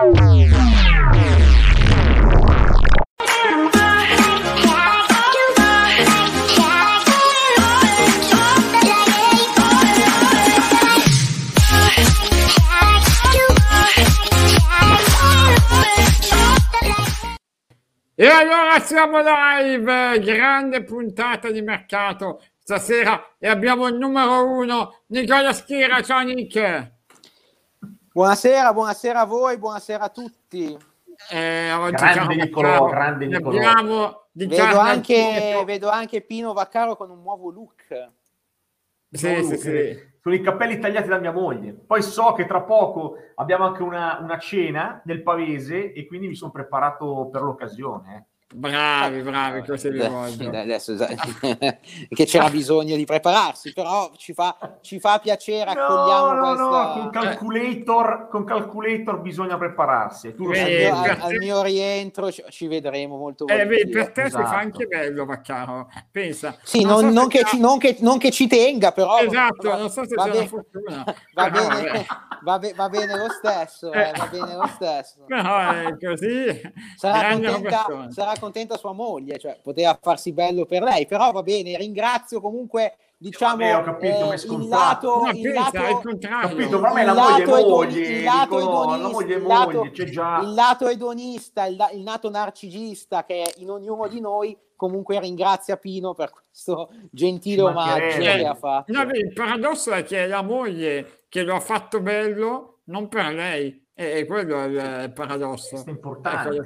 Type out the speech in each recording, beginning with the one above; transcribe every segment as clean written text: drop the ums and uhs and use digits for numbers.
E allora siamo live, grande puntata di mercato stasera e abbiamo il numero uno, Nicola Schira. Ciao Nick. Buonasera a voi, buonasera a tutti. Oggi grande Nicolò, grande Nicolò. Vedo anche Pino Vaccaro con un nuovo look. Sì. Sono i capelli tagliati da mia moglie. Poi so che tra poco abbiamo anche una cena nel Pavese e quindi mi sono preparato per l'occasione. Bravi, così vi voglio. Adesso che c'era bisogno di prepararsi, però ci fa piacere, accogliamo questa... con calculator bisogna prepararsi. Tu lo al mio rientro ci vedremo molto volentieri. Per te si fa anche bello, Vaccaro. Pensa. Sì, non che ci tenga, però... Esatto, non so se c'è una fortuna. Va bene lo stesso, va bene lo stesso. Però è così. Sarà contenta sua moglie, cioè poteva farsi bello per lei, però va bene, ringrazio comunque, diciamo, ho capito, mi è scontato. il lato edonista, il nato narcisista che è in ognuno di noi, comunque ringrazia Pino per questo gentile omaggio che ha fatto. No, il paradosso è che è la moglie che lo ha fatto bello, non per lei, e quello è il paradosso. Questo è importante.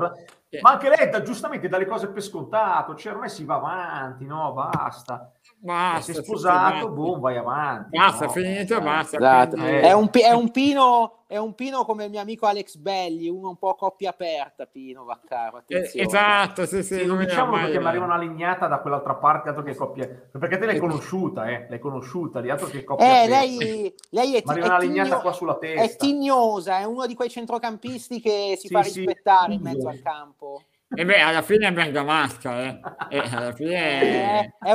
Ma anche lei giustamente dalle cose per scontato, cioè ormai si va avanti, no? Basta. Sei sposato, boom, vai avanti. Basta, no? finito, basta. Esatto. È un Pino come il mio amico Alex Belli, uno un po' coppia aperta, Pino Vaccaro. Esatto, sì, non diciamo perché mi arriva una legnata da quell'altra parte, altro che coppia, perché te l'hai conosciuta, lì, altro che coppia aperta. Lei è una legnata qua sulla testa. È tignosa, è uno di quei centrocampisti che si fa rispettare in mezzo al campo. E alla fine è bergamasca, alla fine è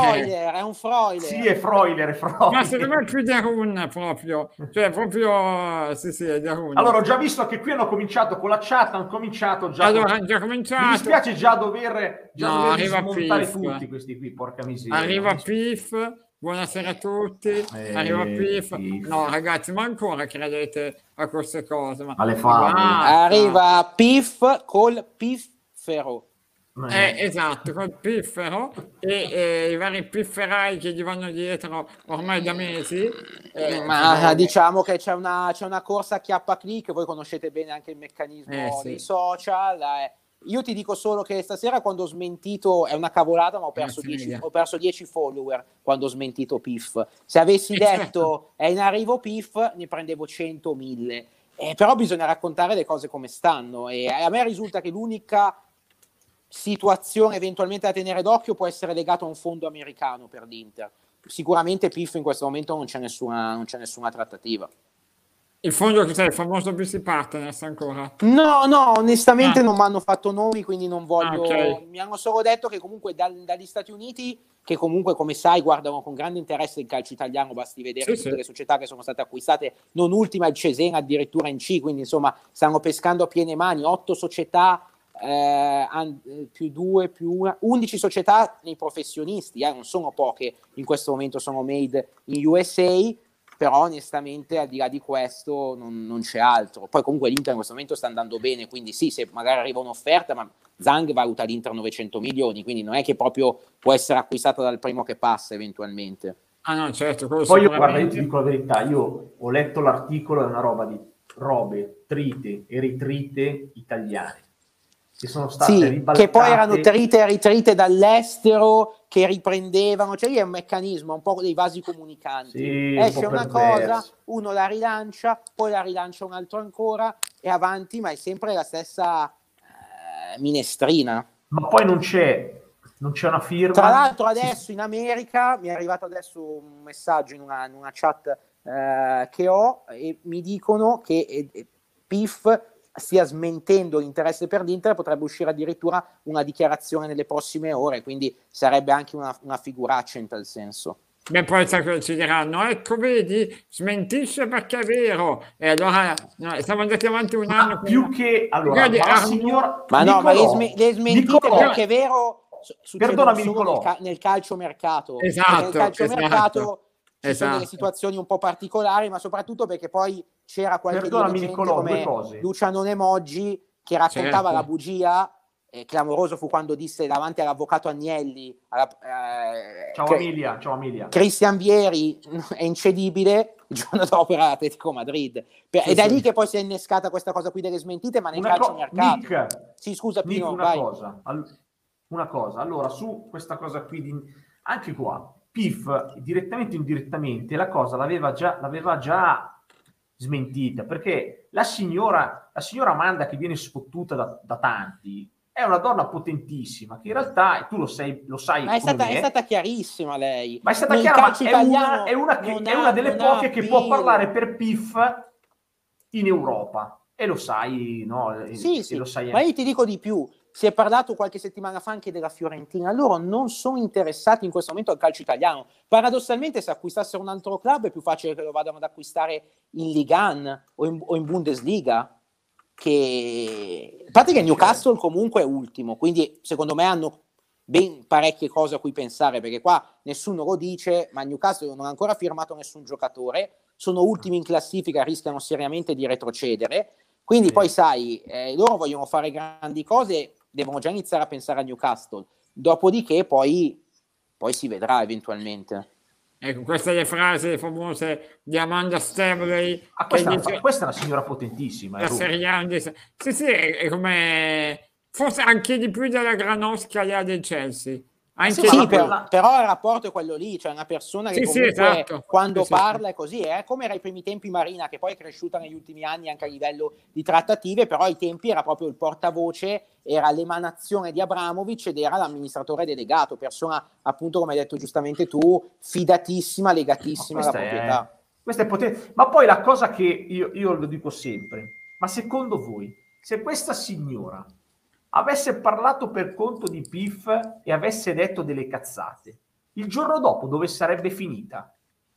un Freuler. Sì, è Freuler. Ma secondo me è più Darun proprio, cioè proprio, sì, è Darun. Allora, ho già visto che qui hanno cominciato con la chat, hanno cominciato già. Allora, hanno già cominciato. Mi dispiace già dover smontare tutti questi qui, porca miseria. Arriva Piff. Buonasera a tutti, arriva Piff. No, ragazzi, ma ancora credete a queste cose? Alle favole. Arriva Piff col piffero. Esatto, col piffero e i vari pifferai che gli vanno dietro ormai da mesi. Ma diciamo che c'è una corsa a chiappa click, voi conoscete bene anche il meccanismo dei social. Io ti dico solo che stasera quando ho smentito, è una cavolata, ma ho perso 10 follower quando ho smentito Piff. Se avessi detto è in arrivo Piff, ne prendevo 100, 1000. Però bisogna raccontare le cose come stanno, e a me risulta che l'unica situazione eventualmente da tenere d'occhio può essere legata a un fondo americano per l'Inter. Sicuramente Piff in questo momento non c'è nessuna trattativa. Il fondo che c'è, il famoso BC Partners ancora? No, onestamente non mi hanno fatto nomi, quindi non voglio... Mi hanno solo detto che comunque dagli Stati Uniti, che comunque come sai guardano con grande interesse il calcio italiano, basti vedere tutte le società che sono state acquistate, non ultima il Cesena addirittura in C, quindi insomma stanno pescando a piene mani, 8 società, più 2, più 1, 11 società nei professionisti, non sono poche, in questo momento sono made in USA, però onestamente al di là di questo non c'è altro. Poi comunque l'Inter in questo momento sta andando bene, quindi sì, se magari arriva un'offerta, ma Zhang valuta l'Inter 900 milioni, quindi non è che proprio può essere acquistata dal primo che passa eventualmente. No, certo. Poi guarda, io ti dico la verità, io ho letto l'articolo, è una roba di robe trite e ritrite italiane che sono state ribaltate, che poi erano trite e ritrite dall'estero, che riprendevano, cioè è un meccanismo, un po' dei vasi comunicanti, esce una cosa, uno la rilancia, poi la rilancia un altro ancora e avanti, ma è sempre la stessa minestrina. Ma poi non c'è una firma. Tra l'altro adesso in America mi è arrivato adesso un messaggio in una chat che ho, e mi dicono che PIF stia smentendo l'interesse per l'Inter, potrebbe uscire addirittura una dichiarazione nelle prossime ore, quindi sarebbe anche una figuraccia in tal senso. Beh, poi ci diranno, ecco, vedi, smentisce perché è vero. E allora siamo andati avanti un anno. Più che allora, ma la signora le smentite Nicolò, perché è vero succedono solo nel calciomercato. Esatto, nel calciomercato ci sono delle esatto. situazioni un po' particolari, ma soprattutto perché poi c'era qualche dirigente Nicolò, come Luciano Moggi che raccontava la bugia. Clamoroso fu quando disse davanti all'avvocato Agnelli ciao Emilia Cristian Vieri è incedibile, il giorno dopo era l'Atletico Madrid e da lì che poi si è innescata questa cosa qui delle smentite, ma nel calciomercato. Sì, scusa Pino, vai. Una cosa, allora su questa cosa qui anche qua PIF direttamente o indirettamente la cosa l'aveva già smentita, perché la signora Amanda, che viene sfottuta da tanti, è una donna potentissima che in realtà, tu lo sai ma è stata chiarissima lei, ma è stata chiara, ma è una delle poche che può parlare per PIF in Europa, e lo sai, no? Sì, lo sai, ma io ti dico di più, si è parlato qualche settimana fa anche della Fiorentina, loro non sono interessati in questo momento al calcio italiano. Paradossalmente, se acquistassero un altro club è più facile che lo vadano ad acquistare in Liga 1 o in Bundesliga. A parte che Newcastle comunque è ultimo, quindi secondo me hanno ben parecchie cose a cui pensare, perché qua nessuno lo dice, ma Newcastle non ha ancora firmato nessun giocatore, sono ultimi in classifica, rischiano seriamente di retrocedere. Quindi poi sai, loro vogliono fare grandi cose, devono già iniziare a pensare a Newcastle, dopodiché poi si vedrà eventualmente. Ecco, queste le frasi famose di Amanda Sterling. Questa è una signora potentissima. La Serie A. Sì, è come forse anche di più della Granovska del Chelsea. Anche però il rapporto è quello lì, cioè una persona che comunque esatto. Quando parla è così, è come era ai primi tempi Marina, che poi è cresciuta negli ultimi anni anche a livello di trattative, però ai tempi era proprio il portavoce, era l'emanazione di Abramovic ed era l'amministratore delegato, persona appunto, come hai detto giustamente tu, fidatissima, legatissima alla proprietà. Questa è potente. Ma poi la cosa che io lo dico sempre, ma secondo voi, se questa signora avesse parlato per conto di PIF e avesse detto delle cazzate, il giorno dopo dove sarebbe finita?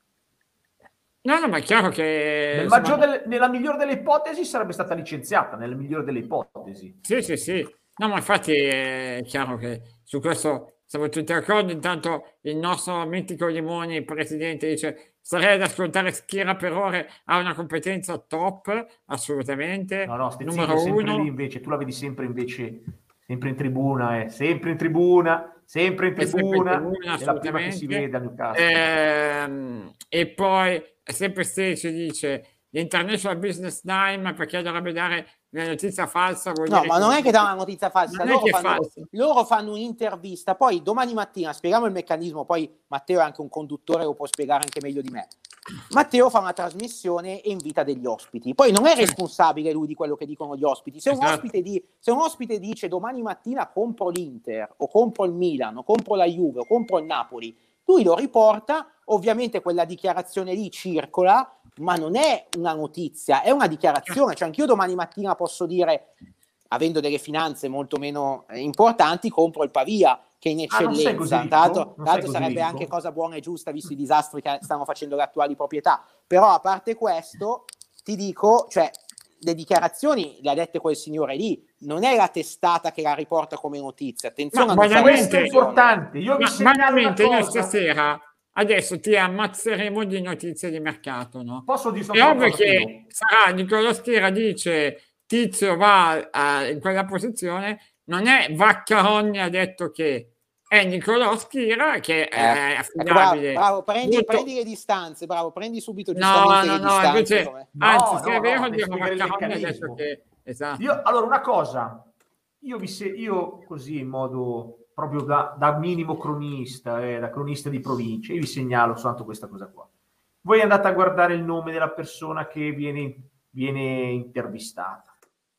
No, ma è chiaro che nella migliore delle ipotesi sarebbe stata licenziata, nella migliore delle ipotesi. Sì. No, ma infatti è chiaro che su questo siamo tutti d'accordo. Intanto il nostro mitico Limoni, presidente, dice: starei ad ascoltare Schira per ore, ha una competenza top, assolutamente. No, numero uno. Lì invece, tu la vedi sempre in tribuna, sempre in tribuna, è la prima che si vede a Newcastle. E poi sempre Steci dice: l'International Business Time, perché dovrebbe dare una notizia falsa. No, ma non è che dà una notizia falsa, loro fanno un'intervista, poi domani mattina spieghiamo il meccanismo, poi Matteo è anche un conduttore, lo può spiegare anche meglio di me. Matteo fa una trasmissione e invita degli ospiti, poi non è responsabile lui di quello che dicono gli ospiti. Se un ospite dice domani mattina compro l'Inter o compro il Milan o compro la Juve o compro il Napoli, lui lo riporta, ovviamente quella dichiarazione lì circola, ma non è una notizia, è una dichiarazione. Cioè anch'io domani mattina posso dire, avendo delle finanze molto meno importanti, compro il Pavia, che in eccellenza, tra l'altro sarebbe anche cosa buona e giusta visto i disastri che stanno facendo le attuali proprietà. Però a parte questo ti dico, cioè le dichiarazioni le ha dette quel signore lì, non è la testata che la riporta come notizia. Attenzione, questo è importante. Io stasera adesso ti ammazzeremo di notizie di mercato, no? Posso dire è ovvio che sarà Nicolò Schira dice Tizio va in quella posizione, non è Vaccaroni ha detto che è Nicolò Schira che è affidabile. Bravo, prendi le distanze, prendi subito giustamente le distanze. Invece, anzi, se è vero, Vaccaroni ha detto che esatto. Allora, una cosa, io così in modo proprio da minimo cronista, da cronista di provincia, io vi segnalo soltanto questa cosa qua. Voi andate a guardare il nome della persona che viene intervistata.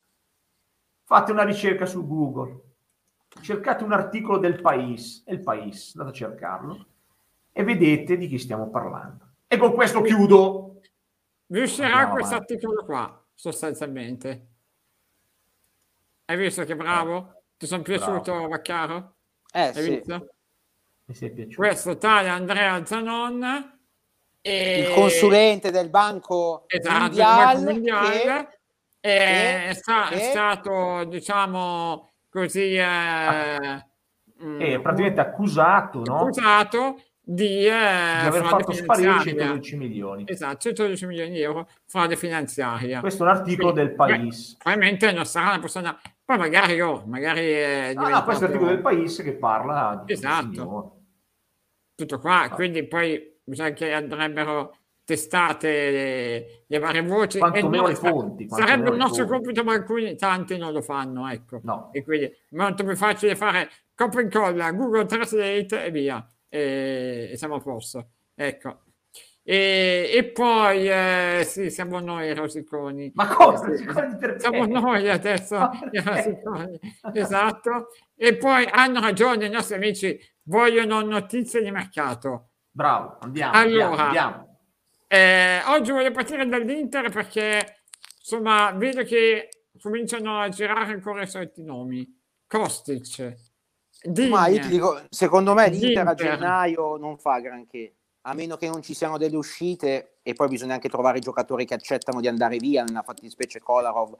Fate una ricerca su Google, cercate un articolo del País, andate a cercarlo e vedete di chi stiamo parlando. E con questo chiudo. Riuscirà questo articolo qua, sostanzialmente. Hai visto che bravo? Ti sono piaciuto, Vaccaro? Sì. Visto? questo tale Andrea Zanon, il consulente del Banco Mondiale, è stato, diciamo così, praticamente accusato, no? Di aver fatto sparire 112 milioni. Esatto, 112 milioni di euro frode finanziaria. Questo è un articolo del País. Probabilmente non sarà una persona, poi magari questo è l'articolo del País che parla di esatto. Tutto qua, quindi poi bisogna che andrebbero testate le varie voci. Quantomeno le fonti. Sarebbe il nostro compito, ma tanti non lo fanno, ecco. No. E quindi è molto più facile fare copia e incolla, Google Translate e via. E siamo a posto, ecco. E poi sì, siamo noi rosiconi. Ma cosa? Siamo noi adesso i rosiconi, esatto. E poi hanno ragione i nostri amici, vogliono notizie di mercato. Bravo, andiamo. Allora, oggi voglio partire dall'Inter perché insomma vedo che cominciano a girare ancora i soliti nomi. Kostic, ma io ti dico, secondo me l'Inter a gennaio non fa granché, a meno che non ci siano delle uscite, e poi bisogna anche trovare i giocatori che accettano di andare via, nella fattispecie Kolarov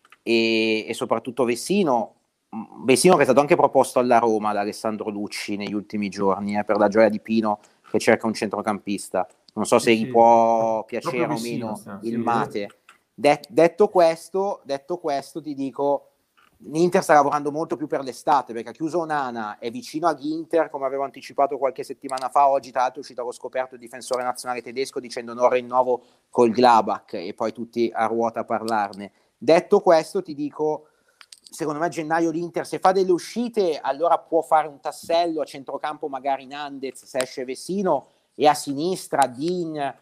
e soprattutto Vecino che è stato anche proposto alla Roma da Alessandro Lucci negli ultimi giorni, per la gioia di Pino che cerca un centrocampista. Non so se gli può piacere o meno il Mate. Detto questo, ti dico, l'Inter sta lavorando molto più per l'estate, perché ha chiuso Onana, è vicino a Ginter, come avevo anticipato qualche settimana fa. Oggi tra l'altro è uscito allo scoperto il difensore nazionale tedesco dicendo non rinnovo col Gladbach, e poi tutti a ruota a parlarne. Detto questo ti dico, secondo me a gennaio l'Inter, se fa delle uscite, allora può fare un tassello a centrocampo, magari Nandez se esce Vecino, e a sinistra Din,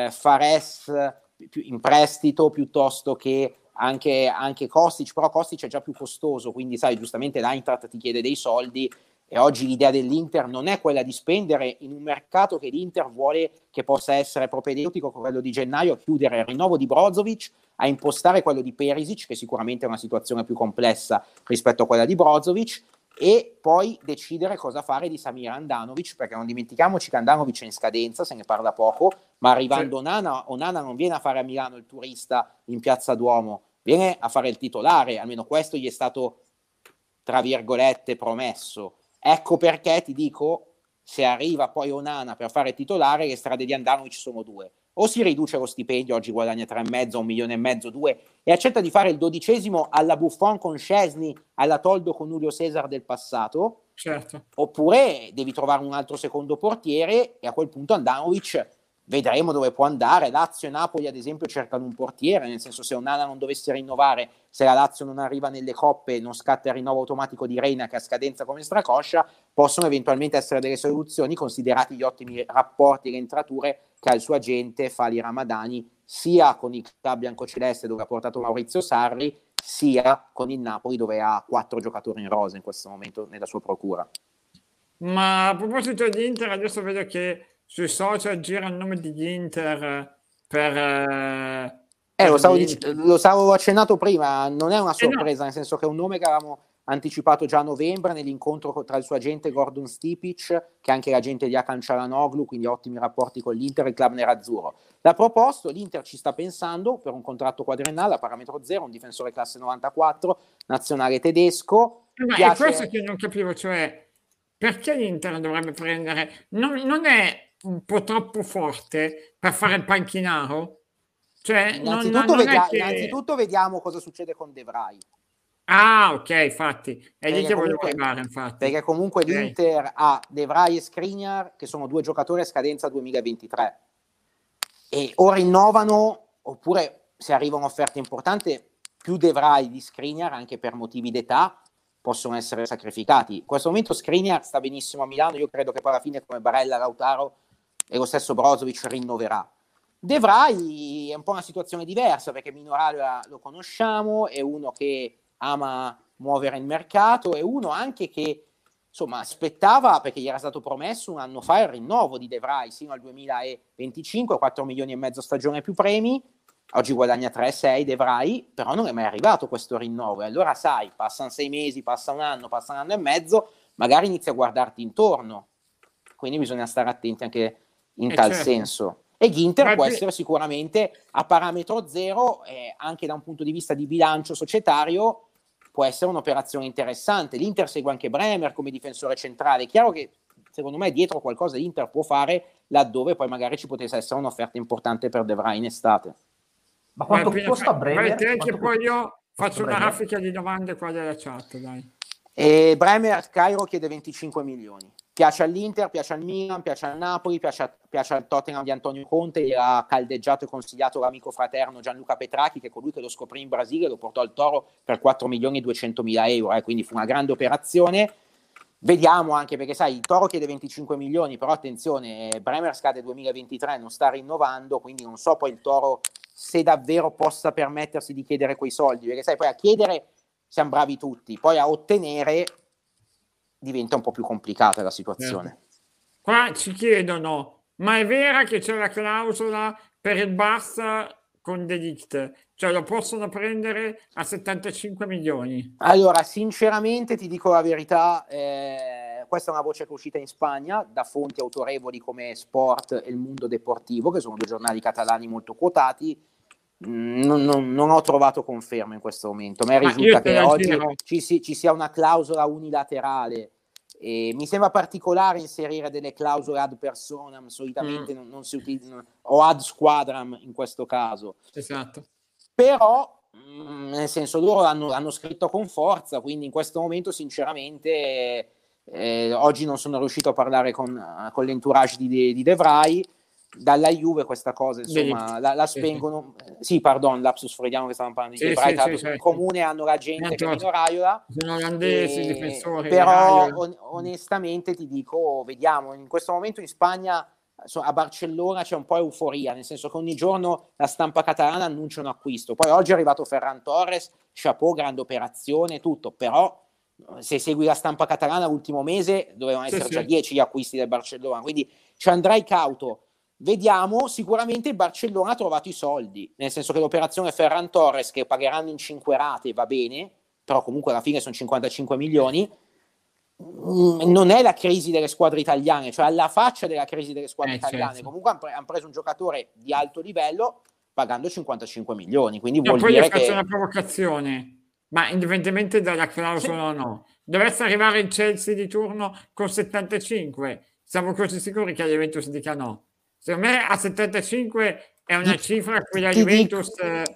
Fares in prestito, piuttosto che anche Kostic. Però Kostic è già più costoso, quindi sai, giustamente l'Eintracht ti chiede dei soldi, e oggi l'idea dell'Inter non è quella di spendere in un mercato che l'Inter vuole che possa essere propedeutico con quello di gennaio, a chiudere il rinnovo di Brozovic, a impostare quello di Perisic, che sicuramente è una situazione più complessa rispetto a quella di Brozovic, e poi decidere cosa fare di Samir Handanovic, perché non dimentichiamoci che Handanovic è in scadenza, se ne parla poco, ma arrivando Onana non viene a fare a Milano il turista in Piazza Duomo, viene a fare il titolare, almeno questo gli è stato tra virgolette promesso. Ecco perché ti dico, se arriva poi Onana per fare titolare, le strade di Handanovic sono due: o si riduce lo stipendio, oggi guadagna 3,5, 1,5 milioni, 2, e accetta di fare il 12° alla Buffon con Szczesny, alla Toldo con Julio Cesar del passato, certo. Oppure devi trovare un altro secondo portiere, e a quel punto Handanovic vedremo dove può andare. Lazio e Napoli ad esempio cercano un portiere, nel senso, se Onana non dovesse rinnovare, se la Lazio non arriva nelle coppe, non scatta il rinnovo automatico di Reina che ha scadenza come Stracoscia, possono eventualmente essere delle soluzioni, considerati gli ottimi rapporti e le entrature che ha il suo agente Fali Ramadani, sia con il club biancoceleste dove ha portato Maurizio Sarri, sia con il Napoli dove ha 4 giocatori in rosa in questo momento nella sua procura. Ma a proposito di Inter, adesso vedo che sui social gira il nome di Inter per lo stavo accennato prima, non è una sorpresa, nel senso che è un nome che avevamo anticipato già a novembre nell'incontro tra il suo agente Gordon Stipic, che è anche l'agente di Hakan Çalhanoğlu, quindi ottimi rapporti con l'Inter e il club nerazzurro. L'ha proposto, l'Inter ci sta pensando per un contratto quadriennale a parametro zero, un difensore classe 94, nazionale tedesco. Ma è questo che non capivo, cioè perché l'Inter dovrebbe prendere, non è un po' troppo forte per fare il panchinaro? Cioè, innanzitutto vediamo cosa succede con De Vrij. Ah, ok, infatti, è lì che volevo arrivare, infatti. Perché comunque l'Inter ha De Vrij e Skriniar, che sono 2 giocatori a scadenza 2023, e o rinnovano, oppure se arriva un'offerta importante, più De Vrij di Skriniar, anche per motivi d'età, possono essere sacrificati. In questo momento Skriniar sta benissimo a Milano, io credo che poi alla fine, come Barella, Lautaro e lo stesso Brozovic, rinnoverà. De Vrij è un po' una situazione diversa, perché Minoraiola lo conosciamo, è uno che ama muovere il mercato, è uno anche che insomma aspettava, perché gli era stato promesso un anno fa il rinnovo di De Vrij sino al 2025, 4 milioni e mezzo stagione più premi. Oggi guadagna 3,6 De Vrij, però non è mai arrivato questo rinnovo, e allora sai, passano 6 mesi, passa un anno e mezzo, magari inizi a guardarti intorno. quindi bisogna stare attenti anche in tal certo. senso. E Ginter può essere sicuramente a parametro zero, anche da un punto di vista di bilancio societario, può essere un'operazione interessante. L'Inter segue anche Bremer come difensore centrale. È chiaro che secondo me dietro qualcosa l'Inter può fare, laddove poi magari ci potesse essere un'offerta importante per De Vrij in estate. Ma quanto costa Bremer? Che poi io faccio una raffica di domande qua della chat, dai. E Bremer, Cairo chiede 25 milioni. Piace all'Inter, piace al Milan, piace al Napoli, piace al Tottenham di Antonio Conte. Gli ha caldeggiato e consigliato l'amico fraterno Gianluca Petracchi, che è colui che lo scoprì in Brasile e lo portò al Toro per 4 milioni e 200 mila euro. Quindi fu una grande operazione. Vediamo anche, perché sai, il Toro chiede 25 milioni, però attenzione, Bremer scade 2023, non sta rinnovando, quindi non so poi il Toro se davvero possa permettersi di chiedere quei soldi, perché sai, poi a chiedere siamo bravi tutti, poi a ottenere diventa un po' più complicata la situazione. Qua ci chiedono, ma è vera che c'è la clausola per il Barça con De Ligt? Cioè lo possono prendere a 75 milioni? Allora, sinceramente ti dico la verità, questa è una voce che è uscita in Spagna da fonti autorevoli come Sport e Il Mundo Deportivo, che sono due giornali catalani molto quotati. Non ho trovato conferma in questo momento. A me risulta che oggi ci sia una clausola unilaterale. E mi sembra particolare inserire delle clausole ad personam, solitamente non si utilizzano, o ad squadram in questo caso. Esatto. Però nel senso loro l'hanno scritto con forza, quindi in questo momento sinceramente oggi non sono riuscito a parlare con l'entourage di De Vrij. Dalla Juve questa cosa insomma la spengono. Sì, pardon, lapsus freudiano, che stavamo parlando di De Vrij, in comune hanno la gente che è Mino Raiola, sono olandesi, difensori, però onestamente ti dico, vediamo, in questo momento in Spagna a Barcellona c'è un po' euforia, nel senso che ogni giorno la stampa catalana annuncia un acquisto. Poi oggi è arrivato Ferran Torres, chapeau, grande operazione, tutto, però se segui la stampa catalana l'ultimo mese dovevano essere già 10 gli acquisti del Barcellona, quindi ci andrai cauto. Vediamo, sicuramente il Barcellona ha trovato i soldi, nel senso che l'operazione Ferran Torres, che pagheranno in 5 rate, va bene, però comunque alla fine sono 55 milioni, non è la crisi delle squadre italiane, cioè alla faccia della crisi delle squadre italiane, certo. Comunque hanno preso un giocatore di alto livello pagando 55 milioni, quindi vuol poi dire che... faccio una provocazione, ma indipendentemente dalla clausola o no, dovesse arrivare il Chelsea di turno con 75, siamo così sicuri che la Juventus dica no? Secondo me a 75 è una cifra a cui la Juventus...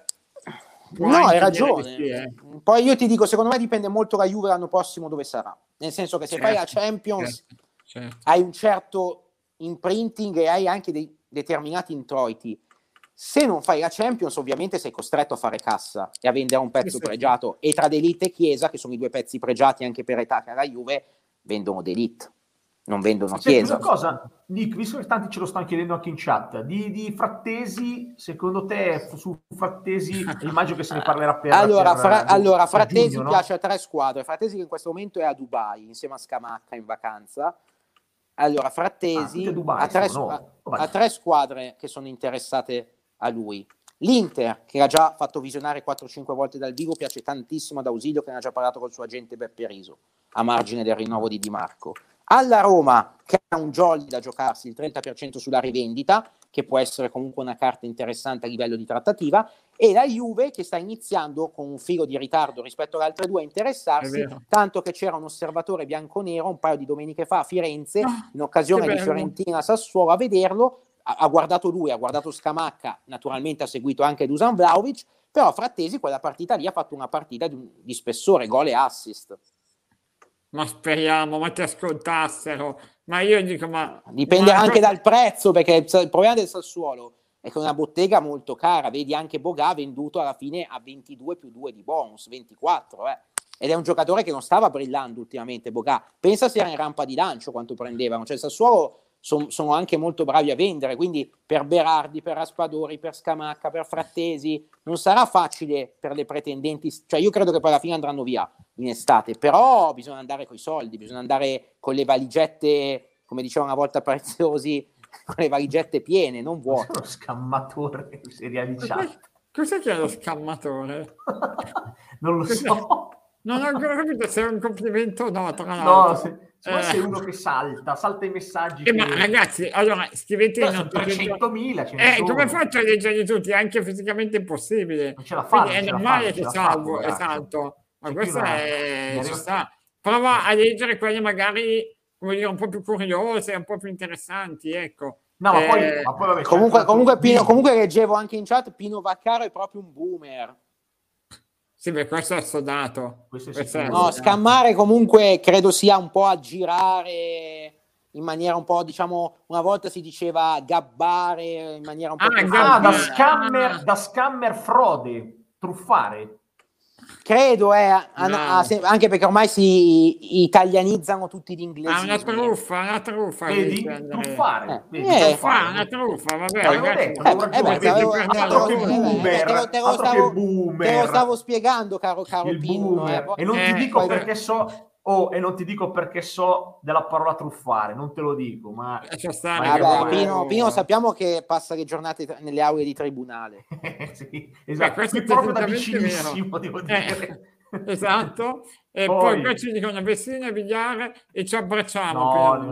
No, hai ragione. Poi io ti dico, secondo me dipende molto la Juve l'anno prossimo dove sarà. Nel senso che se fai la Champions hai un certo imprinting e hai anche dei determinati introiti. Se non fai la Champions ovviamente sei costretto a fare cassa e a vendere un pezzo pregiato. E tra De Ligt e Chiesa, che sono i due pezzi pregiati anche per età che ha la Juve, vendono De Ligt. Non vendono Chiesa. Una cosa, Nick, visto che tanti ce lo stanno chiedendo anche in chat, di Frattesi, secondo te su Frattesi immagino che se ne parlerà per allora Frattesi giugno, piace a 3 squadre. Frattesi che in questo momento è a Dubai insieme a Scamacca in vacanza. Allora Frattesi ha 3 squadre che sono interessate a lui. L'Inter, che ha già fatto visionare 4-5 volte dal vivo, piace tantissimo ad Ausilio, che ne ha già parlato col suo agente Beppe Riso a margine del rinnovo di Di Marco. Alla Roma, che ha un jolly da giocarsi, il 30% sulla rivendita, che può essere comunque una carta interessante a livello di trattativa, e la Juve, che sta iniziando con un filo di ritardo rispetto alle altre due a interessarsi, tanto che c'era un osservatore bianconero un paio di domeniche fa a Firenze, in occasione di Fiorentina-Sassuolo, a vederlo, ha guardato lui, ha guardato Scamacca, naturalmente ha seguito anche Dusan Vlahovic, però Frattesi quella partita lì ha fatto una partita di spessore, gol e assist. Ma speriamo, ma ti ascoltassero. Ma io dico, dipende anche dal prezzo, perché il problema del Sassuolo è che è una bottega molto cara. Vedi anche Boga venduto alla fine a 22 più 2 di bonus, 24, ed è un giocatore che non stava brillando ultimamente. Boga, pensa se era in rampa di lancio quanto prendevano, cioè il Sassuolo sono anche molto bravi a vendere, quindi per Berardi, per Raspadori, per Scamacca, per Frattesi non sarà facile per le pretendenti, cioè io credo che poi alla fine andranno via in estate, però bisogna andare coi soldi, bisogna andare con le valigette, come diceva una volta Preziosi, con le valigette piene, non vuote. Lo scammatore seria di chat. Cos'è che è lo scammatore? Non lo so. Non ho ancora capito se è un complimento o no, tra l'altro. No, sei uno che salta i messaggi. Ma ragazzi, allora scrivete in 300.000 ce ne sono. Come faccio a leggerli tutti? Anche fisicamente impossibile. Non ce la fa. È normale che salvo, esatto. Ma questo ci sta. Prova a leggere quelle magari, come dire, un po' più curiose, un po' più interessanti, ecco. No, ma poi vabbè, comunque leggevo anche in chat, Pino Vaccaro è proprio un boomer. Sì, beh, questo è assodato. No, Scammare comunque credo sia un po' aggirare in maniera un po', diciamo, una volta si diceva gabbare in maniera un po' più da scammer frode, truffare. Credo, anche perché ormai si italianizzano tutti gli inglesi. Una truffa. Vedi? Truffare. Una truffa, vabbè. Te lo stavo spiegando, caro Pino. E non ti dico perché e non ti dico perché so della parola truffare, non te lo dico, ma Pino sappiamo che passa le giornate nelle aule di tribunale. Sì, esatto, è proprio da vicinissimo, devo dire. Esatto, e poi qua ci dicono Vessina e Vigliare e ci abbracciamo.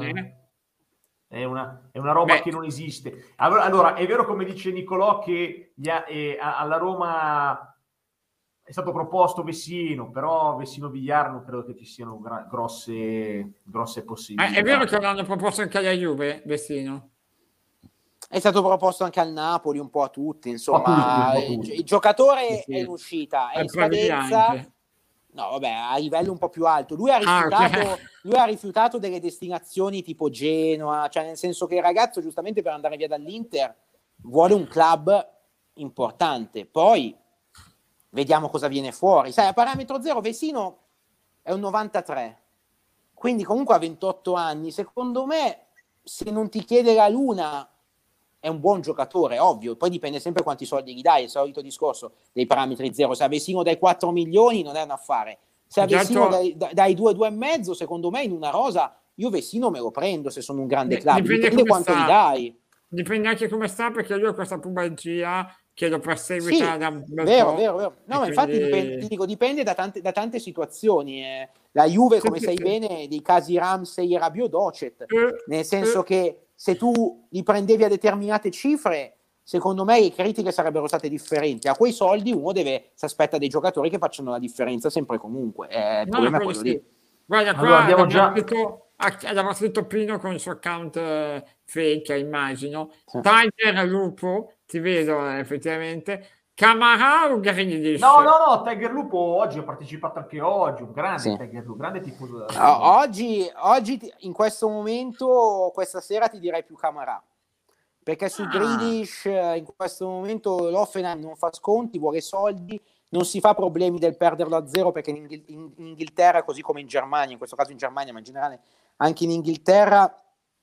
È una roba che non esiste. Allora, è vero come dice Nicolò che alla Roma è stato proposto Vessino, però Vessino-Villar non credo che ci siano grosse possibilità. È vero che l'hanno proposto anche alla Juve, Vessino? È stato proposto anche al Napoli, un po' a tutti, insomma. Il giocatore è in uscita, è in scadenza. No, vabbè, a livello un po' più alto. Lui ha rifiutato delle destinazioni tipo Genoa, cioè nel senso che il ragazzo, giustamente per andare via dall'Inter, vuole un club importante. Poi vediamo cosa viene fuori. Sai, a parametro zero Vessino è un 93, quindi comunque ha 28 anni. Secondo me, se non ti chiede la luna, è un buon giocatore, ovvio. Poi dipende sempre quanti soldi gli dai, il solito discorso dei parametri zero. Se a Vessino dai 4 milioni non è un affare. Se a Vessino dai 2,5, secondo me in una rosa io Vessino me lo prendo se sono un grande club. Dipende quanto gli dai. Dipende anche come sta, perché lui ha questa pubalgia che lo perseguita da un bel vero, po'. Vero. No, ma infatti dipende da tante situazioni. La Juve, come sai bene, dei casi Ramsey e Rabiot Docet, nel senso che se tu li prendevi a determinate cifre, secondo me le critiche sarebbero state differenti. A quei soldi uno si aspetta dei giocatori che facciano la differenza sempre e comunque. Il problema è quello lì. Guarda, qua abbiamo scritto Pino con il suo account fake, immagino. Sì. Tiger Lupo, ti vedo effettivamente. Camarà o Grealish? No, Tiger Lupo oggi ha partecipato anche oggi, un grande Tiger Lupo, grande tifoso. Oggi in questo momento, questa sera ti direi più Camarà, perché su Grealish in questo momento l'Hoffenheim non fa sconti, vuole soldi, non si fa problemi del perderlo a zero, perché in Inghilterra, così come in Germania, in questo caso in Germania, ma in generale anche in Inghilterra,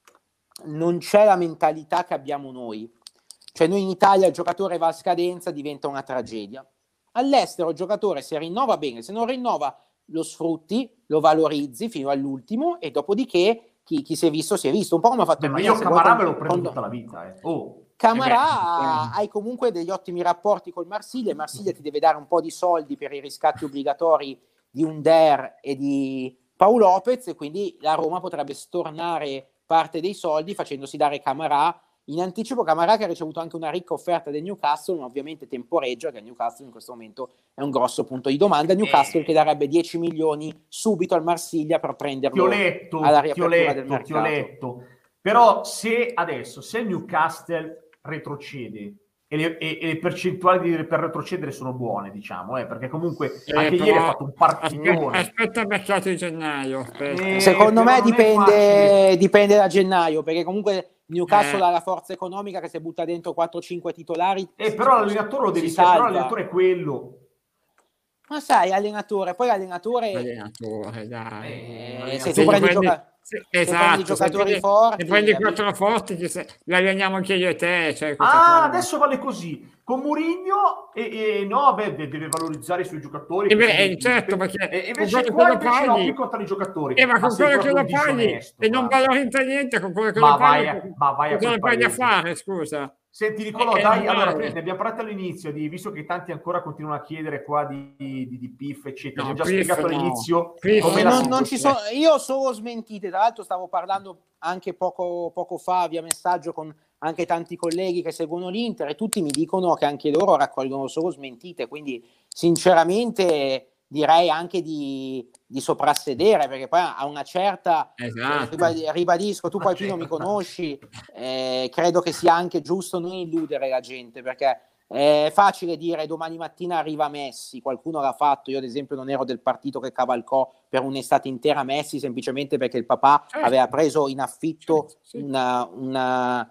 non c'è la mentalità che abbiamo noi. Cioè noi in Italia il giocatore va a scadenza, diventa una tragedia. All'estero il giocatore se rinnova bene, se non rinnova lo sfrutti, lo valorizzi fino all'ultimo e dopodiché chi si è visto si è visto. Un po' come ha fatto ma io Camarà me lo prendo tutta la vita. Camarà hai comunque degli ottimi rapporti col Marsiglia. Il Marsiglia ti deve dare un po' di soldi per i riscatti obbligatori di Under e di Paolo Lopez, e quindi la Roma potrebbe stornare parte dei soldi facendosi dare Camarà in anticipo. Camarà che ha ricevuto anche una ricca offerta del Newcastle, ma ovviamente temporeggia, che il Newcastle in questo momento è un grosso punto di domanda. Newcastle che darebbe 10 milioni subito al Marsiglia per prenderlo alla riapertura del mercato. Però se il Newcastle retrocede e le percentuali per retrocedere sono buone, diciamo, perché comunque anche ieri ha fatto un partitone. Aspetta il mercato di gennaio. Secondo me dipende da gennaio, perché comunque Newcastle ha la forza economica che se butta dentro 4-5 titolari. Però l'allenatore lo devi sapere, però l'allenatore è quello. Ma sai, allenatore dai. Se tu prendi giocatori forti, e prendi 4 forti che li alleniamo anche io e te. Cioè, adesso vale così. Con Mourinho deve valorizzare i suoi giocatori. Certo, perché e invece qua no, qui contano i giocatori. Ma con quello che lo paghi e non valorizza niente con quello che lo paghi a fare, scusa. Senti Nicolò, dai, allora ne abbiamo parlato all'inizio, visto che tanti ancora continuano a chiedere qua di PIF, eccetera, No, abbiamo già PIF spiegato no. all'inizio PIF come no. Non ci sono, io ho solo smentite, tra l'altro stavo parlando anche poco fa via messaggio con anche tanti colleghi che seguono l'Inter e tutti mi dicono che anche loro raccolgono solo smentite, quindi sinceramente direi anche di soprassedere, perché poi a una certa, esatto. ribadisco, tu poi qui non mi conosci, credo che sia anche giusto non illudere la gente, perché è facile dire domani mattina arriva Messi, qualcuno l'ha fatto, io ad esempio non ero del partito che cavalcò per un'estate intera Messi semplicemente perché il papà aveva preso in affitto una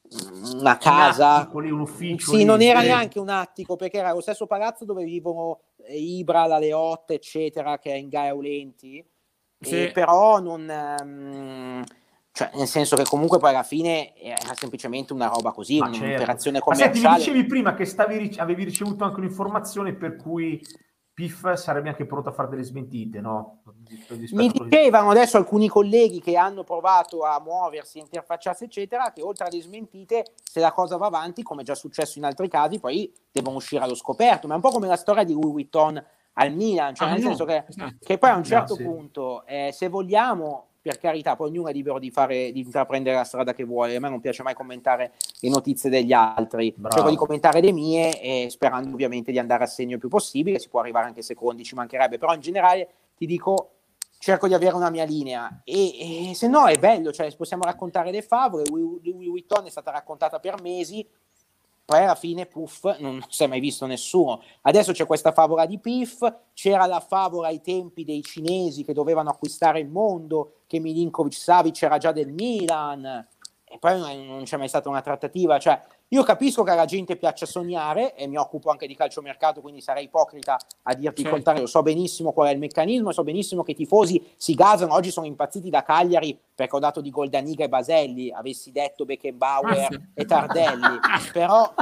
casa, un ufficio, sì, non era neanche un attico perché era lo stesso palazzo dove vivono Ibra, la Leotta eccetera, che è in Gaia Aulenti, però non cioè nel senso che comunque poi alla fine era semplicemente una roba così, un'operazione commerciale. Ma senti, mi dicevi prima che avevi ricevuto anche un'informazione per cui PIF sarebbe anche pronto a fare delle smentite, no? Mi dicevano adesso alcuni colleghi che hanno provato a muoversi, interfacciarsi eccetera, che oltre alle smentite, se la cosa va avanti, come è già successo in altri casi, poi devono uscire allo scoperto, ma è un po' come la storia di Louis Vuitton al Milan, cioè nel senso che poi a un certo punto, se vogliamo, per carità, poi ognuno è libero di intraprendere la strada che vuole. A me non piace mai commentare le notizie degli altri, cerco di commentare le mie e sperando ovviamente di andare a segno il più possibile, si può arrivare anche secondi, ci mancherebbe, però in generale ti dico, cerco di avere una mia linea e se no è bello, cioè possiamo raccontare le favole. Louis Vuitton è stata raccontata per mesi, poi alla fine puff, non si è mai visto nessuno. Adesso c'è questa favola di PIF, c'era la favola ai tempi dei cinesi che dovevano acquistare il mondo, che Milinkovic-Savic era già del Milan, e poi non c'è mai stata una trattativa. Cioè, io capisco che alla gente piaccia sognare, e mi occupo anche di calciomercato, quindi sarei ipocrita a dirti il contrario. So benissimo qual è il meccanismo, so benissimo che i tifosi si gasano, oggi sono impazziti da Cagliari perché ho dato di Goldaniga e Baselli, avessi detto Beckenbauer e Tardelli, però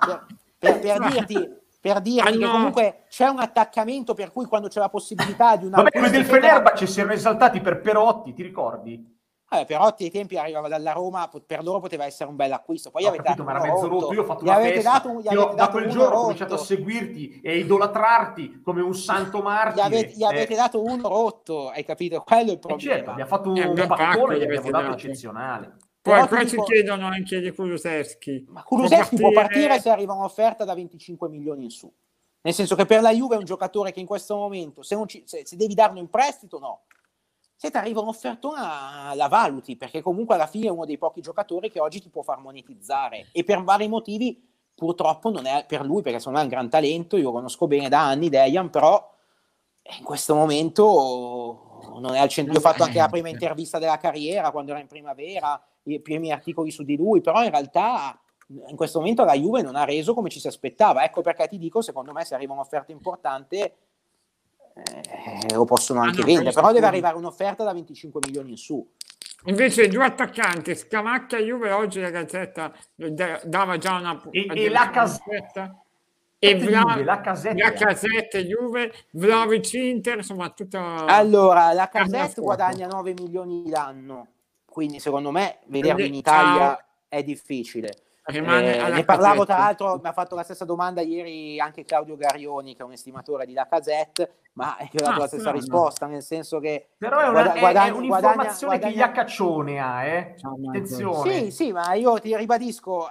per dirti che comunque c'è un attaccamento per cui quando c'è la possibilità di una... Vabbè, quelli del Fenerbahce si erano esaltati per Perotti, ti ricordi? Perotti ai tempi arrivava dalla Roma, per loro poteva essere un bel acquisto. Poi avete dato, ma era mezzo rotto. Io ho fatto una festa. Da quel giorno ho cominciato a seguirti e a idolatrarti come un santo martire. Gli avete dato uno rotto, hai capito? Quello è il problema. Certo, abbiamo fatto un paccone, gli abbiamo dato eccezionale. Poi ci chiedono anche di Kulusevski. Ma Kulusevski può partire se arriva un'offerta da 25 milioni in su. Nel senso che per la Juve è un giocatore che in questo momento, se devi darlo in prestito, no. Se ti arriva un'offertona la valuti, perché comunque alla fine è uno dei pochi giocatori che oggi ti può far monetizzare e per vari motivi purtroppo non è per lui, perché secondo me è un gran talento, io lo conosco bene da anni Dejan, però in questo momento non è al centro. Io ho fatto anche la prima intervista della carriera quando era in primavera, i primi articoli su di lui, però in realtà in questo momento la Juve non ha reso come ci si aspettava. Ecco perché ti dico, secondo me se arriva un'offerta importante lo possono anche vendere, però deve arrivare un'offerta da 25 milioni in su. Invece due attaccanti, Scamacca e Juve, oggi la Gazzetta dava già una e la Gazzetta e la Casetta Juve, Vlahovic Inter, insomma tutto. Allora la Casetta guadagna 9 milioni l'anno, quindi secondo me vederlo in Italia è difficile. Ne parlavo tra l'altro, mi ha fatto la stessa domanda ieri anche Claudio Garioni, che è un estimatore di Lacazette, ma ho dato la stessa risposta, nel senso che però è un'informazione che Iacaccione ha, attenzione. Sì, ma io ti ribadisco,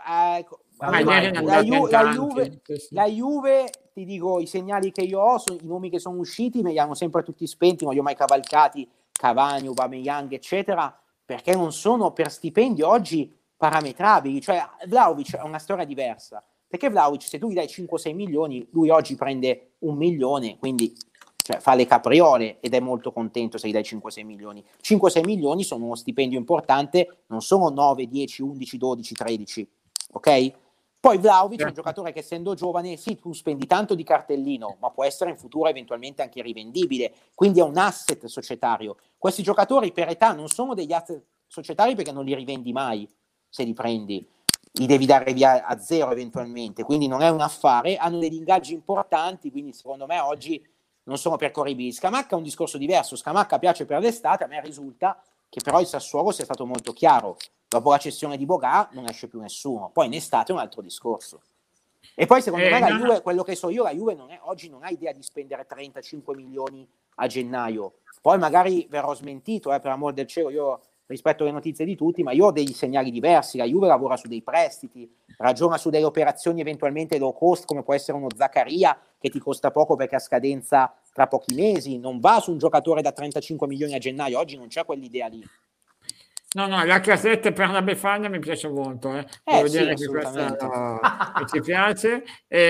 la Juve, ti dico, i segnali che io ho, i nomi che sono usciti me li hanno sempre tutti spenti, non li ho mai cavalcati, Cavani, Aubameyang eccetera, perché non sono per stipendi oggi parametrabili. Cioè Vlahovic è una storia diversa, perché Vlahovic, se tu gli dai 5-6 milioni, lui oggi prende 1 milione, quindi fa le capriole ed è molto contento se gli dai 5-6 milioni. 5-6 milioni sono uno stipendio importante, non sono 9, 10, 11, 12, 13, ok? Poi Vlahovic è un giocatore che, essendo giovane, sì, tu spendi tanto di cartellino, ma può essere in futuro eventualmente anche rivendibile, quindi è un asset societario. Questi giocatori per età non sono degli asset societari perché non li rivendi mai. Se li prendi, li devi dare via a zero eventualmente, quindi non è un affare, hanno degli ingaggi importanti, quindi secondo me oggi non sono percorribili. Scamacca è un discorso diverso, Scamacca piace per l'estate, a me risulta che però il Sassuolo sia stato molto chiaro, Dopo la cessione di Boga non esce più nessuno. Poi in estate è un altro discorso. E poi secondo me la Juve, quello che so io, la Juve oggi non ha idea di spendere 35 milioni a gennaio. Poi magari verrò smentito, per amor del cielo, io rispetto alle notizie di tutti, ma io ho dei segnali diversi. La Juve lavora su dei prestiti, ragiona su delle operazioni eventualmente low cost, come può essere uno Zaccaria, che ti costa poco perché ha scadenza tra pochi mesi. Non va su un giocatore da 35 milioni a gennaio, oggi non c'è quell'idea lì. No, la cassetta per la Befana mi piace molto, devo dire che questa ci piace.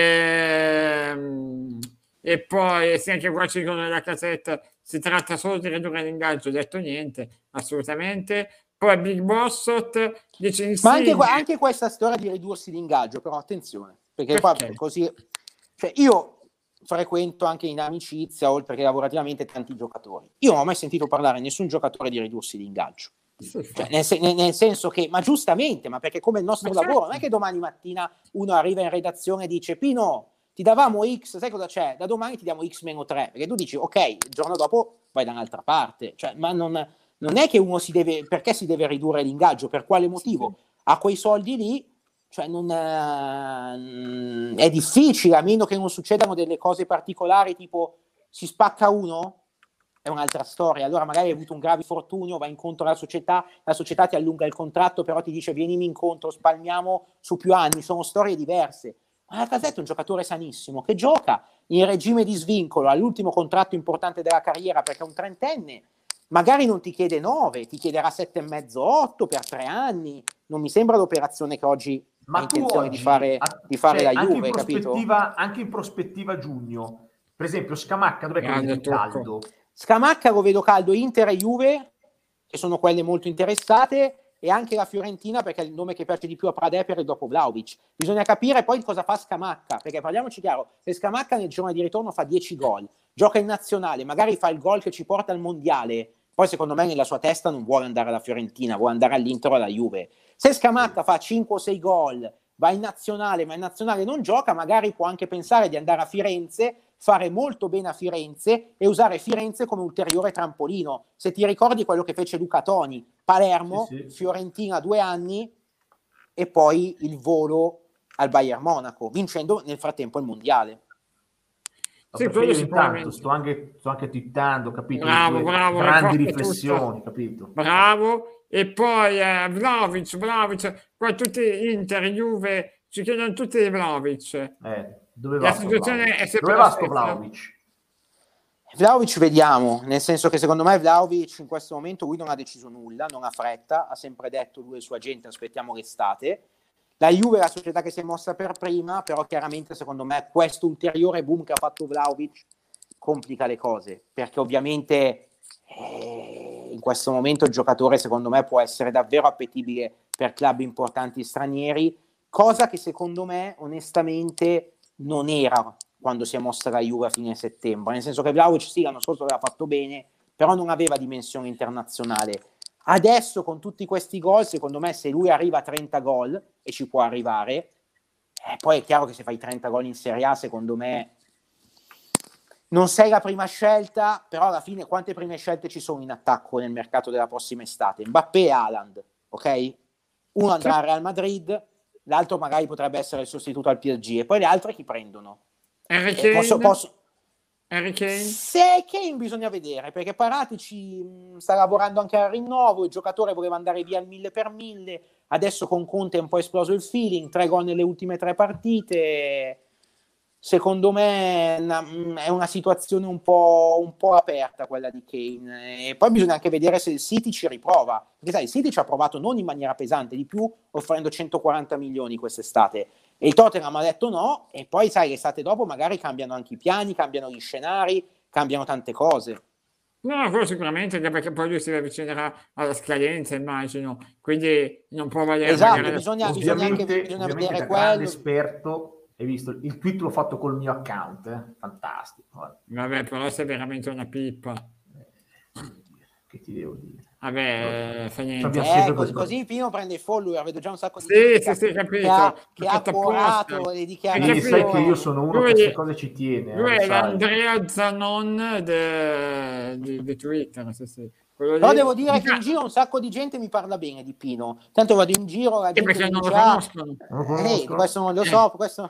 E poi se anche qua ci dicono nella cassetta si tratta solo di ridurre l'ingaggio, ho detto niente, assolutamente. Poi Big Bossot dice ma anche questa storia di ridursi l'ingaggio, però attenzione, perché qua così, cioè io frequento anche in amicizia, oltre che lavorativamente, tanti giocatori. Io non ho mai sentito parlare a nessun giocatore di ridursi l'ingaggio. Cioè, nel senso che, ma giustamente, ma perché come il nostro lavoro, non è che domani mattina uno arriva in redazione e dice Pino, ti davamo X, sai cosa c'è? Da domani ti diamo X meno 3, perché tu dici ok, il giorno dopo vai da un'altra parte, cioè, ma non è che uno perché si deve ridurre l'ingaggio, per quale motivo? A quei soldi lì, cioè è difficile, a meno che non succedano delle cose particolari, tipo si spacca uno, è un'altra storia. Allora magari hai avuto un grave infortunio, vai incontro alla società, la società ti allunga il contratto, però ti dice vienimi incontro, spalmiamo su più anni, sono storie diverse. Ma Lacazette è un giocatore sanissimo che gioca in regime di svincolo all'ultimo contratto importante della carriera, perché è un trentenne, magari non ti chiede 9, ti chiederà 7,5, 8 per 3 anni. Non mi sembra l'operazione che oggi ha intenzione di fare la Juve, capito? Anche in prospettiva giugno, per esempio Scamacca, dov'è che lo vedi caldo? Scamacca lo vedo caldo, Inter e Juve, che sono quelle molto interessate, e anche la Fiorentina, perché è il nome che piace di più a Pradeper e dopo Vlahovic. Bisogna capire poi cosa fa Scamacca, perché parliamoci chiaro, se Scamacca nel giorno di ritorno fa 10 gol, gioca in nazionale, magari fa il gol che ci porta al mondiale, poi secondo me nella sua testa non vuole andare alla Fiorentina, vuole andare all'Inter o alla Juve. Se Scamacca fa 5 o 6 gol, va in nazionale, ma in nazionale non gioca, magari può anche pensare di andare a Firenze, fare molto bene a Firenze e usare Firenze come ulteriore trampolino. Se ti ricordi quello che fece Luca Toni, Palermo, Fiorentina 2 anni e poi il volo al Bayern Monaco, vincendo nel frattempo il mondiale. Sì, io intanto sto anche twittando, capito? Bravo, grandi riflessioni, capito? Bravo. E poi Vlahovic, qua tutti Inter, Juve, ci chiedono tutti di Vlahovic. Dove va sto Vlahovic? Vlahovic vediamo, nel senso che secondo me Vlahovic in questo momento lui non ha deciso nulla, non ha fretta, ha sempre detto lui e il suo agente aspettiamo l'estate. La Juve è la società che si è mossa per prima, però chiaramente secondo me questo ulteriore boom che ha fatto Vlahovic complica le cose, perché ovviamente in questo momento il giocatore secondo me può essere davvero appetibile per club importanti stranieri, cosa che secondo me onestamente non era quando si è mossa la Juve a fine settembre, nel senso che Vlahovic sì, l'anno scorso aveva fatto bene, però non aveva dimensione internazionale. Adesso con tutti questi gol, secondo me se lui arriva a 30 gol, e ci può arrivare, poi è chiaro che se fai 30 gol in Serie A, secondo me non sei la prima scelta, però alla fine quante prime scelte ci sono in attacco nel mercato della prossima estate? Mbappé e Haaland, ok? Uno andrà al Real Madrid, l'altro magari potrebbe essere il sostituto al PSG, e poi le altre chi prendono? Harry Kane? Se Kane bisogna vedere, perché Paratici sta lavorando anche al rinnovo, il giocatore voleva andare via al 1000 per 1000, adesso con Conte è un po' esploso il feeling, 3 gol nelle ultime 3 partite, secondo me è una situazione un po' aperta quella di Kane, e poi bisogna anche vedere se il City ci riprova, perché sai, il City ci ha provato non in maniera pesante, di più offrendo 140 milioni quest'estate, e il Tottenham ha detto no, e poi sai l'estate dopo magari cambiano anche i piani, cambiano gli scenari, cambiano tante cose. No, quello sicuramente, anche perché poi lui si avvicinerà alla scadenza, immagino, quindi non può valere. Esatto, bisogna vedere da grande esperto, hai visto, il tweet l'ho fatto col mio account, fantastico. Vabbè, però sei veramente una pippa. Che ti devo dire? Vabbè, fa niente. Così Pino prende i follower, vedo già un sacco di gente capito. che ha corato le dichiarazioni. Sai che io sono uno che queste cose ci tiene. Lui è l'Andrea Zanon di Twitter. Però devo dire che in giro un sacco di gente mi parla bene di Pino. Tanto vado in giro, la gente perché non lo conoscono. Questo non lo so,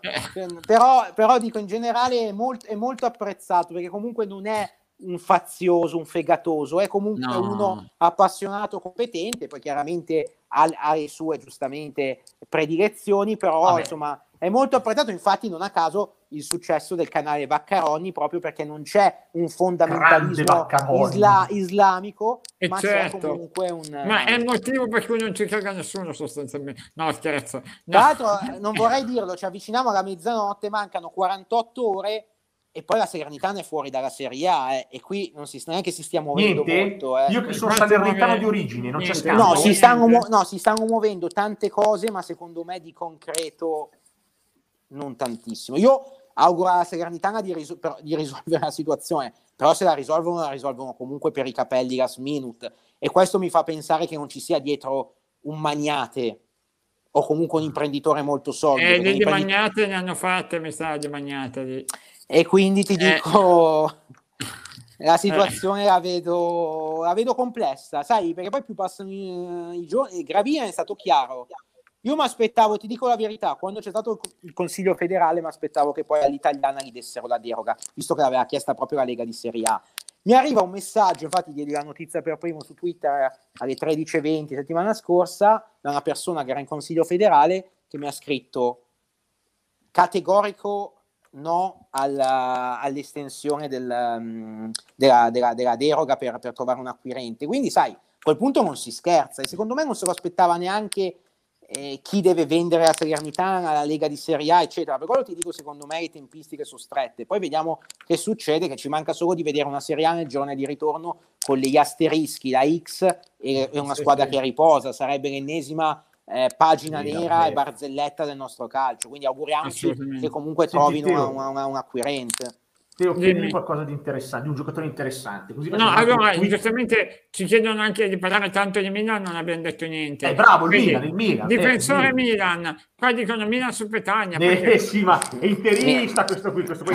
però dico in generale è molto apprezzato, perché comunque non è un fazioso, un fegatoso, è comunque uno appassionato, competente, poi chiaramente ha le sue giustamente predilezioni, però insomma è molto apprezzato. Infatti non a caso il successo del canale Vaccaroni, proprio perché non c'è un fondamentalismo islamico, ma c'è comunque ma è il motivo per cui non ci caga nessuno sostanzialmente. No, scherzo. Tra l'altro non vorrei dirlo, ci avviciniamo alla mezzanotte, mancano 48 ore e poi la Salernitana è fuori dalla Serie A, e qui non è che si stia muovendo molto. Io che sono salernitano di origine, non c'è scambio. No, si stanno muovendo tante cose, ma secondo me di concreto non tantissimo. Io auguro alla Salernitana di risolvere la situazione, però se la risolvono comunque per i capelli last minute, e questo mi fa pensare che non ci sia dietro un magnate o comunque un imprenditore molto solido. Di magnate ne hanno fatte, mi sa, di magnate. E quindi ti dico, la situazione la vedo complessa, sai, perché poi più passano i giorni. Gravina è stato chiaro. Io mi aspettavo, ti dico la verità, quando c'è stato il Consiglio federale mi aspettavo che poi all'italiana gli dessero la deroga, visto che l'aveva chiesta proprio la Lega di Serie A. Mi arriva un messaggio, infatti diedi la notizia per primo su Twitter alle 13:20 settimana scorsa, da una persona che era in Consiglio federale, che mi ha scritto: categorico no all'estensione della deroga per trovare un acquirente. Quindi sai, a quel punto non si scherza, e secondo me non se lo aspettava neanche chi deve vendere la Salernitana, la Lega di Serie A, eccetera. Per quello ti dico, secondo me le tempistiche sono strette. Poi vediamo che succede, che ci manca solo di vedere una Serie A nel giorno di ritorno con gli asterischi, la X e una squadra che riposa. Sarebbe l'ennesima pagina nera e barzelletta del nostro calcio, quindi auguriamoci che comunque trovino un acquirente. Teo, chiedimi qualcosa di interessante, di un giocatore interessante. Così allora, giustamente ci chiedono anche di parlare tanto di Milan, non abbiamo detto niente. È bravo il Milan. Difensore Milan. Qua dicono Milan su Petagna. Sì, ma è interista questo qui. Cosa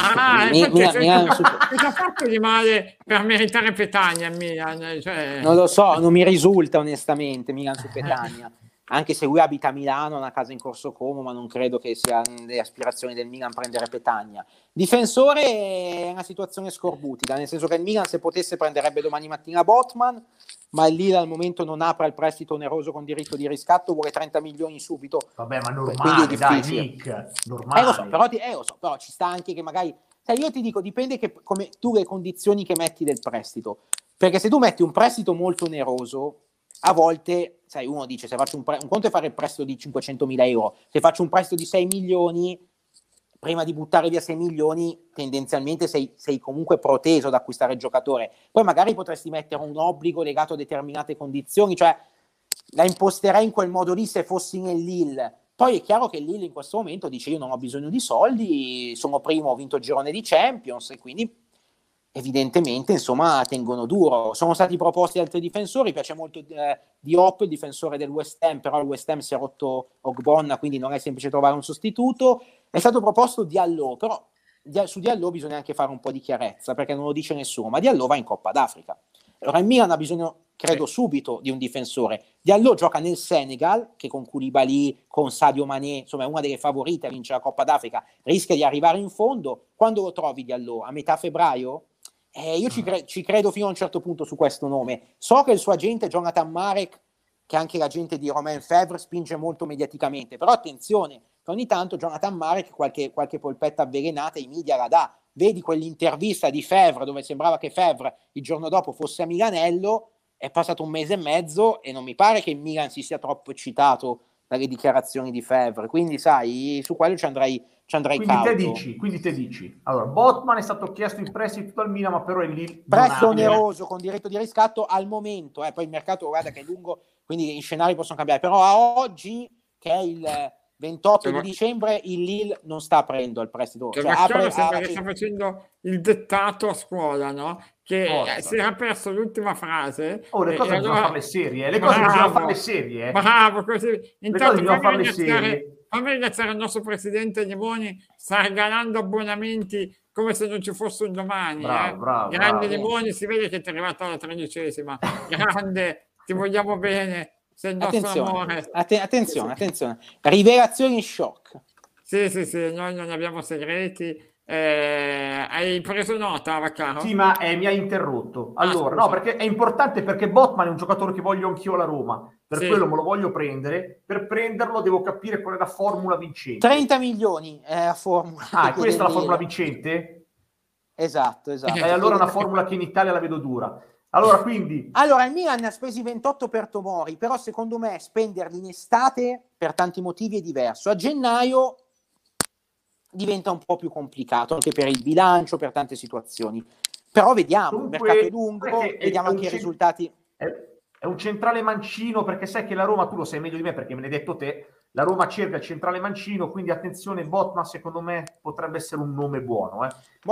ha fatto di male per meritare Petagna Milan? Cioè... Non lo so, non mi risulta onestamente Milan su Petagna. Anche se lui abita a Milano, ha una casa in Corso Como, ma non credo che sia nelle aspirazioni del Milan prendere Petagna. Difensore è una situazione scorbutica, nel senso che il Milan, se potesse, prenderebbe domani mattina Botman, ma il Lille al momento non apre il prestito oneroso con diritto di riscatto, vuole 30 milioni subito. Vabbè, ma normale, dai, Nick, normale. Lo so, però ci sta anche che magari... Sai, io ti dico, dipende come tu le condizioni che metti del prestito, perché se tu metti un prestito molto oneroso, a volte, sai, uno dice, se faccio un conto è fare il prestito di 500.000 euro, se faccio un prestito di 6 milioni, prima di buttare via 6 milioni, tendenzialmente sei comunque proteso ad acquistare il giocatore. Poi magari potresti mettere un obbligo legato a determinate condizioni, cioè la imposterei in quel modo lì se fossi nel Lille. Poi è chiaro che il Lille in questo momento dice: io non ho bisogno di soldi, sono primo, ho vinto il girone di Champions, e quindi evidentemente insomma tengono duro. Sono stati proposti altri difensori, piace molto Diop, il difensore del West Ham, però il West Ham si è rotto Ogbonna, quindi non è semplice trovare un sostituto. È stato proposto Diallo, però su Diallo bisogna anche fare un po' di chiarezza, perché non lo dice nessuno, ma Diallo va in Coppa d'Africa. Allora il Milan ha bisogno, credo, subito di un difensore. Diallo gioca nel Senegal, che con Koulibaly, con Sadio Mané, insomma è una delle favorite a vincere la Coppa d'Africa, rischia di arrivare in fondo. Quando lo trovi Diallo? A metà febbraio? Io ci credo fino a un certo punto su questo nome. So che il suo agente Jonathan Marek, che è anche l'agente di Romain Fèvre, spinge molto mediaticamente, però attenzione, che ogni tanto Jonathan Marek qualche polpetta avvelenata i media la dà. Vedi quell'intervista di Fèvre dove sembrava che Fèvre il giorno dopo fosse a Milanello, è passato un mese e mezzo e non mi pare che il Milan si sia troppo eccitato dalle dichiarazioni di Fèvre, quindi sai, su quello ci andrei cauto. Quindi te dici, allora, Botman è stato chiesto in prestito al Milan, ma però è lì prezzo oneroso con diritto di riscatto al momento, poi il mercato guarda che è lungo, quindi i scenari possono cambiare, però a oggi, che è il 28 di dicembre, il Lille non sta aprendo il prestito, sta facendo il dettato a scuola, no? che si era perso l'ultima frase. Le cose bisogna fare le serie, le cose bisogna fare le serie. Bravo, così. Intanto fammi ringraziare il nostro presidente Limoni, sta regalando abbonamenti come se non ci fosse un domani. Grande Limoni, si vede che ti è arrivato alla 13ª. Grande, ti vogliamo bene, sei il nostro amore. Attenzione, rivelazioni shock. Sì, noi non abbiamo segreti. Hai preso nota, Vaccaro? Sì, ma mi ha interrotto. Allora, no, perché è importante, perché Botman è un giocatore che voglio anch'io alla Roma, per quello me lo voglio prendere. Per prenderlo devo capire qual è la formula vincente. 30 milioni è la formula. È questa la formula vincente? Esatto. Allora è una formula che in Italia la vedo dura. Allora il Milan ha spesi 28 per Tomori, però secondo me spenderli in estate per tanti motivi è diverso. A gennaio diventa un po' più complicato anche per il bilancio, per tante situazioni, però vediamo. Il mercato è lungo, vediamo anche i risultati. È un centrale mancino, perché sai che la Roma, tu lo sai meglio di me perché me l'hai detto te, la Roma cerca il centrale mancino, quindi attenzione, Botman secondo me potrebbe essere un nome buono.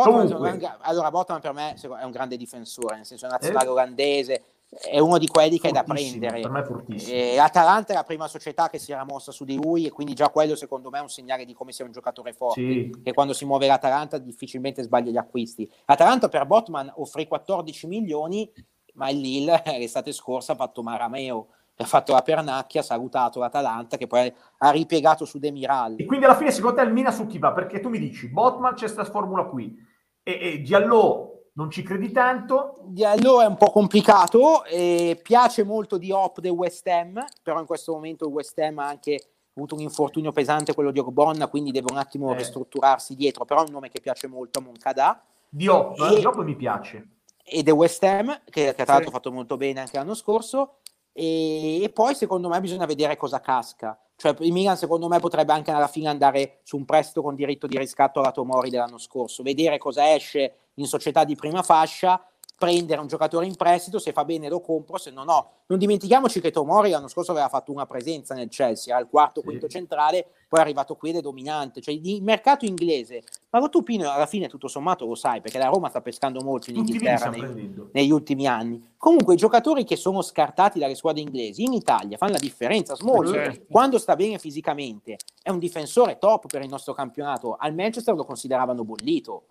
Botman per me è un grande difensore, nel senso nazionale olandese, è uno di quelli che è da prendere. Per me è fortissimo. L'Atalanta è la prima società che si era mossa su di lui, e quindi già quello secondo me è un segnale di come sia un giocatore forte, che quando si muove l'Atalanta difficilmente sbaglia gli acquisti. L'Atalanta per Botman offrì 14 milioni, ma il Lille l'estate scorsa ha fatto Marameo, ha fatto la pernacchia, ha salutato l'Atalanta che poi ha ripiegato su Demiral. E quindi alla fine secondo te il Milan su chi va? Perché tu mi dici Botman, c'è questa formula qui, e Diallo non ci credi tanto? Diallo è un po' complicato, piace molto Diop del West Ham, però in questo momento il West Ham ha anche avuto un infortunio pesante, quello di Ogbonna, quindi deve un attimo ristrutturarsi dietro, però è un nome che piace molto a Moncada. Diop mi piace. E del West Ham, che tra l'altro ha fatto molto bene anche l'anno scorso, e poi secondo me bisogna vedere cosa casca. Cioè il Milan secondo me potrebbe anche alla fine andare su un prestito con diritto di riscatto alla Tomori dell'anno scorso, vedere cosa esce in società di prima fascia, prendere un giocatore in prestito, se fa bene lo compro, se no no. Non dimentichiamoci che Tomori l'anno scorso aveva fatto una presenza nel Chelsea, era il quarto quinto centrale, poi è arrivato qui ed è dominante. Cioè il mercato inglese, ma tu Pino alla fine tutto sommato lo sai, perché la Roma sta pescando molto in Inghilterra negli ultimi anni. Comunque i giocatori che sono scartati dalle squadre inglesi in Italia fanno la differenza. Small, quando sta bene fisicamente, è un difensore top per il nostro campionato. Al Manchester lo consideravano bollito.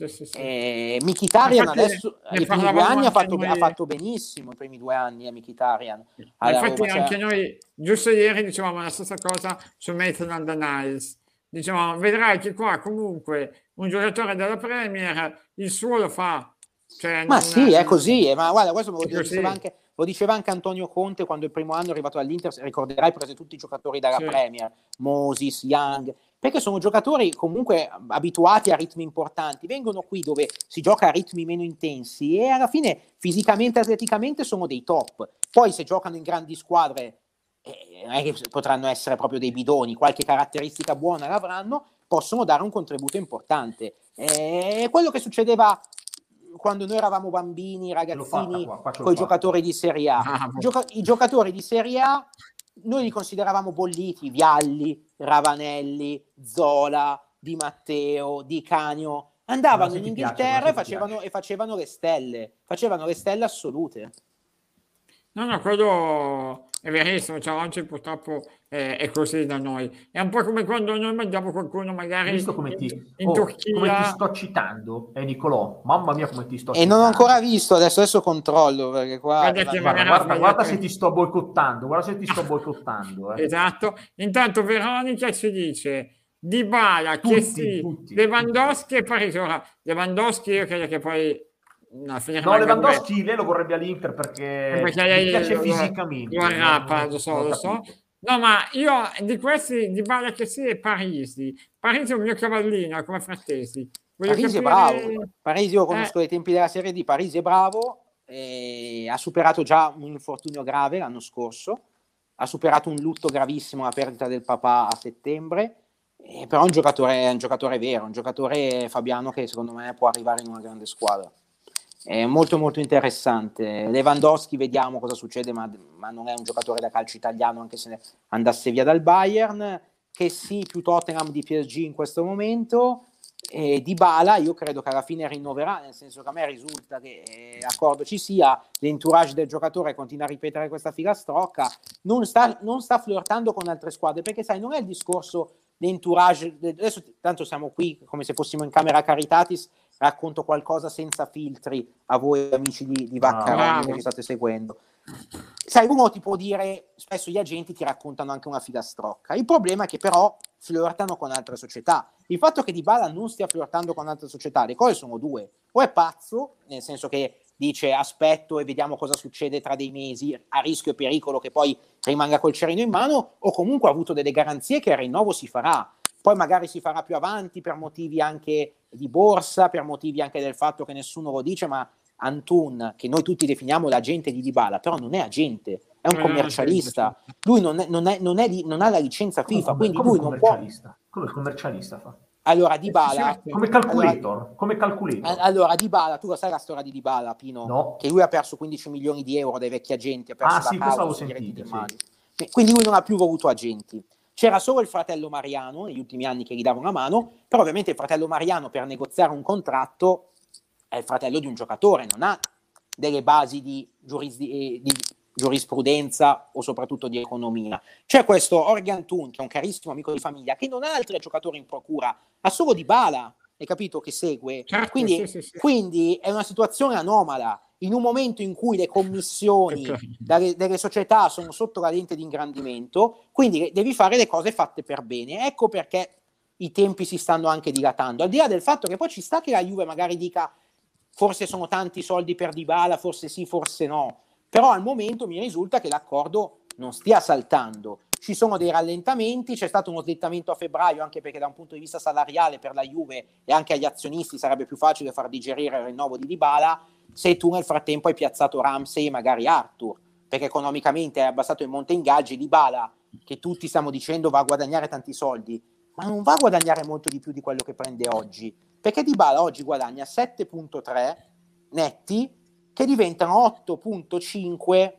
Mkhitaryan adesso i primi 2 anni ha fatto benissimo, i primi 2 anni Mkhitaryan. Infatti anche noi giusto ieri dicevamo la stessa cosa su Maitland Niles, dicevamo vedrai che qua comunque un giocatore della Premier il suo lo fa, cioè, è così, ma guarda, questo lo diceva anche Antonio Conte quando il primo anno è arrivato all'Inter, ricorderai, prese tutti i giocatori dalla Premier, Moses, Young, perché sono giocatori comunque abituati a ritmi importanti, vengono qui dove si gioca a ritmi meno intensi e alla fine fisicamente, atleticamente sono dei top. Poi se giocano in grandi squadre non è che potranno essere proprio dei bidoni, qualche caratteristica buona l'avranno, possono dare un contributo importante. È quello che succedeva quando noi eravamo bambini, ragazzini, con i giocatori di Serie A. I giocatori di Serie A noi li consideravamo bolliti, Vialli, Ravanelli, Zola, Di Matteo, Di Canio, andavano in Inghilterra e facevano le stelle assolute. No, quello è verissimo, cioè oggi purtroppo è così da noi. È un po' come quando noi mandiamo qualcuno magari in Turchia. Come ti sto citando, Nicolò, mamma mia come ti sto citando. E non ho ancora visto, adesso controllo, perché qua... Guarda se ti sto boicottando, Esatto, intanto Veronica ci dice Dybala, Lewandowski e Parisi. Ora, Lewandowski io credo che poi... Lewandowski lei lo vorrebbe all'Inter perché mi piace fisicamente. Lo so. No, ma io di questi Dybala che è Parisi è un mio cavallino come Frattesi. Parisi è bravo. Parisi io conosco i tempi della Serie D. Parisi è bravo, ha superato già un infortunio grave l'anno scorso, ha superato un lutto gravissimo, la perdita del papà a settembre, però è un giocatore vero, un giocatore Fabiano che secondo me può arrivare in una grande squadra. È molto molto interessante. Lewandowski vediamo cosa succede, ma non è un giocatore da calcio italiano anche se andasse via dal Bayern, che sì più Tottenham di PSG in questo momento, Dybala io credo che alla fine rinnoverà, nel senso che a me risulta che l'accordo ci sia, l'entourage del giocatore continua a ripetere questa filastrocca, non sta flirtando con altre squadre, perché sai, non è il discorso l'entourage, adesso tanto siamo qui come se fossimo in camera Caritatis, racconto qualcosa senza filtri a voi amici di Vaccaroni che ci state seguendo. Sai, uno ti può dire, spesso gli agenti ti raccontano anche una filastrocca, il problema è che però flirtano con altre società. Il fatto che Dybala non stia flirtando con altre società, le cose sono due: o è pazzo, nel senso che dice aspetto e vediamo cosa succede tra dei mesi, a rischio e pericolo che poi rimanga col cerino in mano, o comunque ha avuto delle garanzie che il rinnovo si farà. Poi magari si farà più avanti per motivi anche di borsa, per motivi anche del fatto che nessuno lo dice, ma Antun, che noi tutti definiamo l'agente di Dybala, però non è agente, è un commercialista. Lui non ha la licenza FIFA, quindi lui non può. Come commercialista fa? Allora Dybala come calculator, come calculator. Allora Dybala, tu lo sai la storia di Dybala, Pino? No. Che lui ha perso 15 milioni di euro dai vecchi agenti, ha perso sì, questo l'avevo sentito, sì. Quindi lui non ha più voluto agenti. C'era solo il fratello Mariano negli ultimi anni che gli dava una mano, però ovviamente il fratello Mariano per negoziare un contratto è il fratello di un giocatore, non ha delle basi di giurisprudenza o soprattutto di economia. C'è questo Organ Thun, che è un carissimo amico di famiglia, che non ha altri giocatori in procura, ha solo Dybala, hai capito, che segue. Certo, quindi è una situazione anomala. In un momento in cui le commissioni delle società sono sotto la lente di ingrandimento, quindi devi fare le cose fatte per bene. Ecco perché i tempi si stanno anche dilatando, al di là del fatto che poi ci sta che la Juve magari dica forse sono tanti soldi per Dybala, forse sì, forse no, però al momento mi risulta che l'accordo non stia saltando. Ci sono dei rallentamenti, c'è stato uno slittamento a febbraio, anche perché da un punto di vista salariale per la Juve e anche agli azionisti sarebbe più facile far digerire il rinnovo di Dybala se tu nel frattempo hai piazzato Ramsey e magari Arthur, perché economicamente hai abbassato il monte ingaggi. Dybala, che tutti stiamo dicendo va a guadagnare tanti soldi, ma non va a guadagnare molto di più di quello che prende oggi, perché Dybala oggi guadagna 7,3 netti che diventano 8,5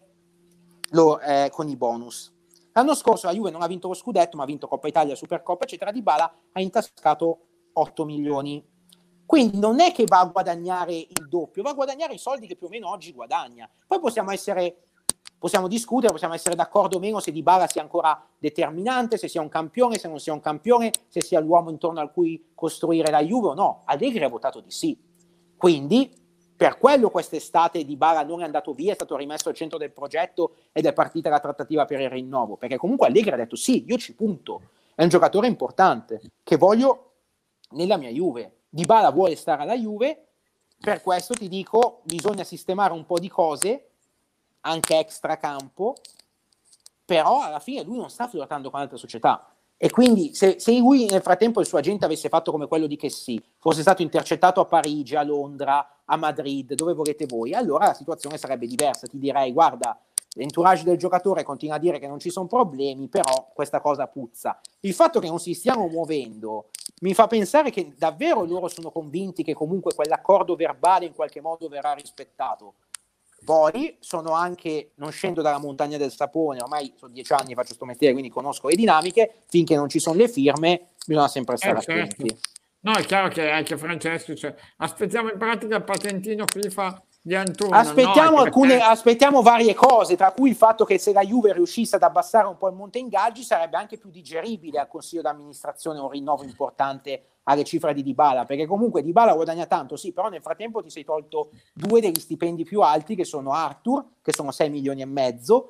con i bonus. L'anno scorso la Juve non ha vinto lo scudetto, ma ha vinto Coppa Italia, Supercoppa, eccetera. Dybala ha intascato 8 milioni. Quindi non è che va a guadagnare il doppio, va a guadagnare i soldi che più o meno oggi guadagna. Poi possiamo discutere, possiamo essere d'accordo o meno se Dybala sia ancora determinante, se sia un campione, se non sia un campione, se sia l'uomo intorno a cui costruire la Juve o no. Allegri ha votato di sì. Quindi, per quello quest'estate Dybala non è andato via, è stato rimesso al centro del progetto ed è partita la trattativa per il rinnovo, perché comunque Allegri ha detto sì, io ci punto, è un giocatore importante che voglio nella mia Juve. Dybala vuole stare alla Juve, per questo ti dico bisogna sistemare un po' di cose anche extra campo, però alla fine lui non sta flirtando con altre società, e quindi se lui nel frattempo il suo agente avesse fatto come quello di Kessie, fosse stato intercettato a Parigi, a Londra, a Madrid, dove volete voi, allora la situazione sarebbe diversa. Ti direi guarda, l'entourage del giocatore continua a dire che non ci sono problemi, però questa cosa puzza. Il fatto che non si stiano muovendo mi fa pensare che davvero loro sono convinti che comunque quell'accordo verbale in qualche modo verrà rispettato. Poi sono anche, non scendo dalla montagna del sapone, ormai sono 10 anni che faccio questo mestiere, quindi conosco le dinamiche, finché non ci sono le firme bisogna sempre stare attenti. Certo. No, è chiaro che anche Francesco, aspettiamo in pratica il patentino FIFA di Antun. Aspettiamo varie cose, tra cui il fatto che se la Juve riuscisse ad abbassare un po' il monte ingaggi sarebbe anche più digeribile al consiglio d'amministrazione un rinnovo importante alle cifre di Dybala, perché comunque Dybala guadagna tanto, sì, però nel frattempo ti sei tolto due degli stipendi più alti, che sono Arthur, che sono 6 milioni e mezzo,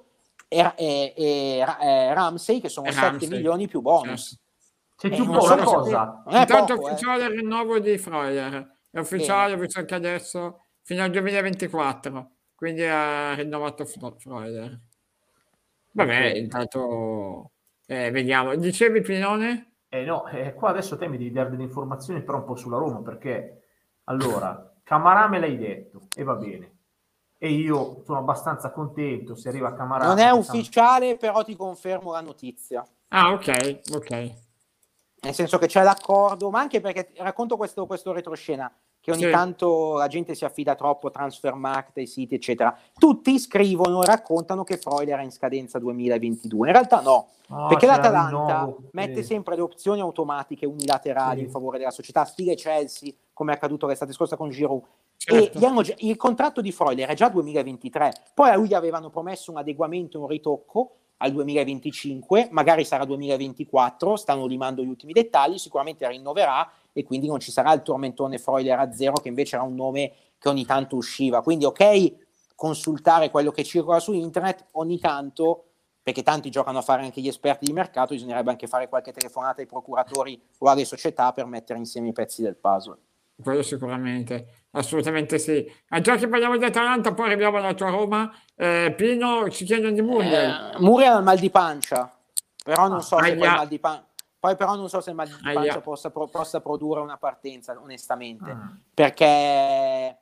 e Ramsey, che sono 7 milioni più bonus. Senti un po' una cosa. Intanto è ufficiale il rinnovo di Freuler, è ufficiale, visto anche adesso fino al 2024, quindi ha rinnovato Freuler. Vabbè, intanto vediamo. Dicevi Pinone? Qua adesso te mi devi dare delle informazioni però un po' sulla Roma, perché allora Camarà me l'hai detto e va bene, e io sono abbastanza contento se arriva Camarà. Non è ufficiale, però ti confermo la notizia. Ah, ok. Nel senso che c'è l'accordo, ma anche perché racconto questo retroscena. che ogni tanto la gente si affida troppo a Transfermarkt, ai siti, eccetera. Tutti scrivono e raccontano che Freuler è in scadenza 2022. In realtà no, perché l'Atalanta mette sempre le opzioni automatiche unilaterali in favore della società, stile Chelsea, come è accaduto l'estate scorsa con Giroud. E il contratto di Freuler è già 2023, poi a lui gli avevano promesso un adeguamento, un ritocco al 2025, magari sarà 2024, stanno limando gli ultimi dettagli, sicuramente rinnoverà e quindi non ci sarà il tormentone Freuler a zero, che invece era un nome che ogni tanto usciva. Quindi ok, consultare quello che circola su internet ogni tanto, perché tanti giocano a fare anche gli esperti di mercato, bisognerebbe anche fare qualche telefonata ai procuratori o alle società per mettere insieme i pezzi del puzzle. Quello sicuramente, assolutamente sì. Già che parliamo di Atalanta, poi arriviamo alla tua Roma. Pino, ci chiedono di Muriel. Muriel ha il mal di pancia, però non so se poi il mal di pancia... Poi però non so se il mal di pancia possa produrre una partenza, onestamente, perché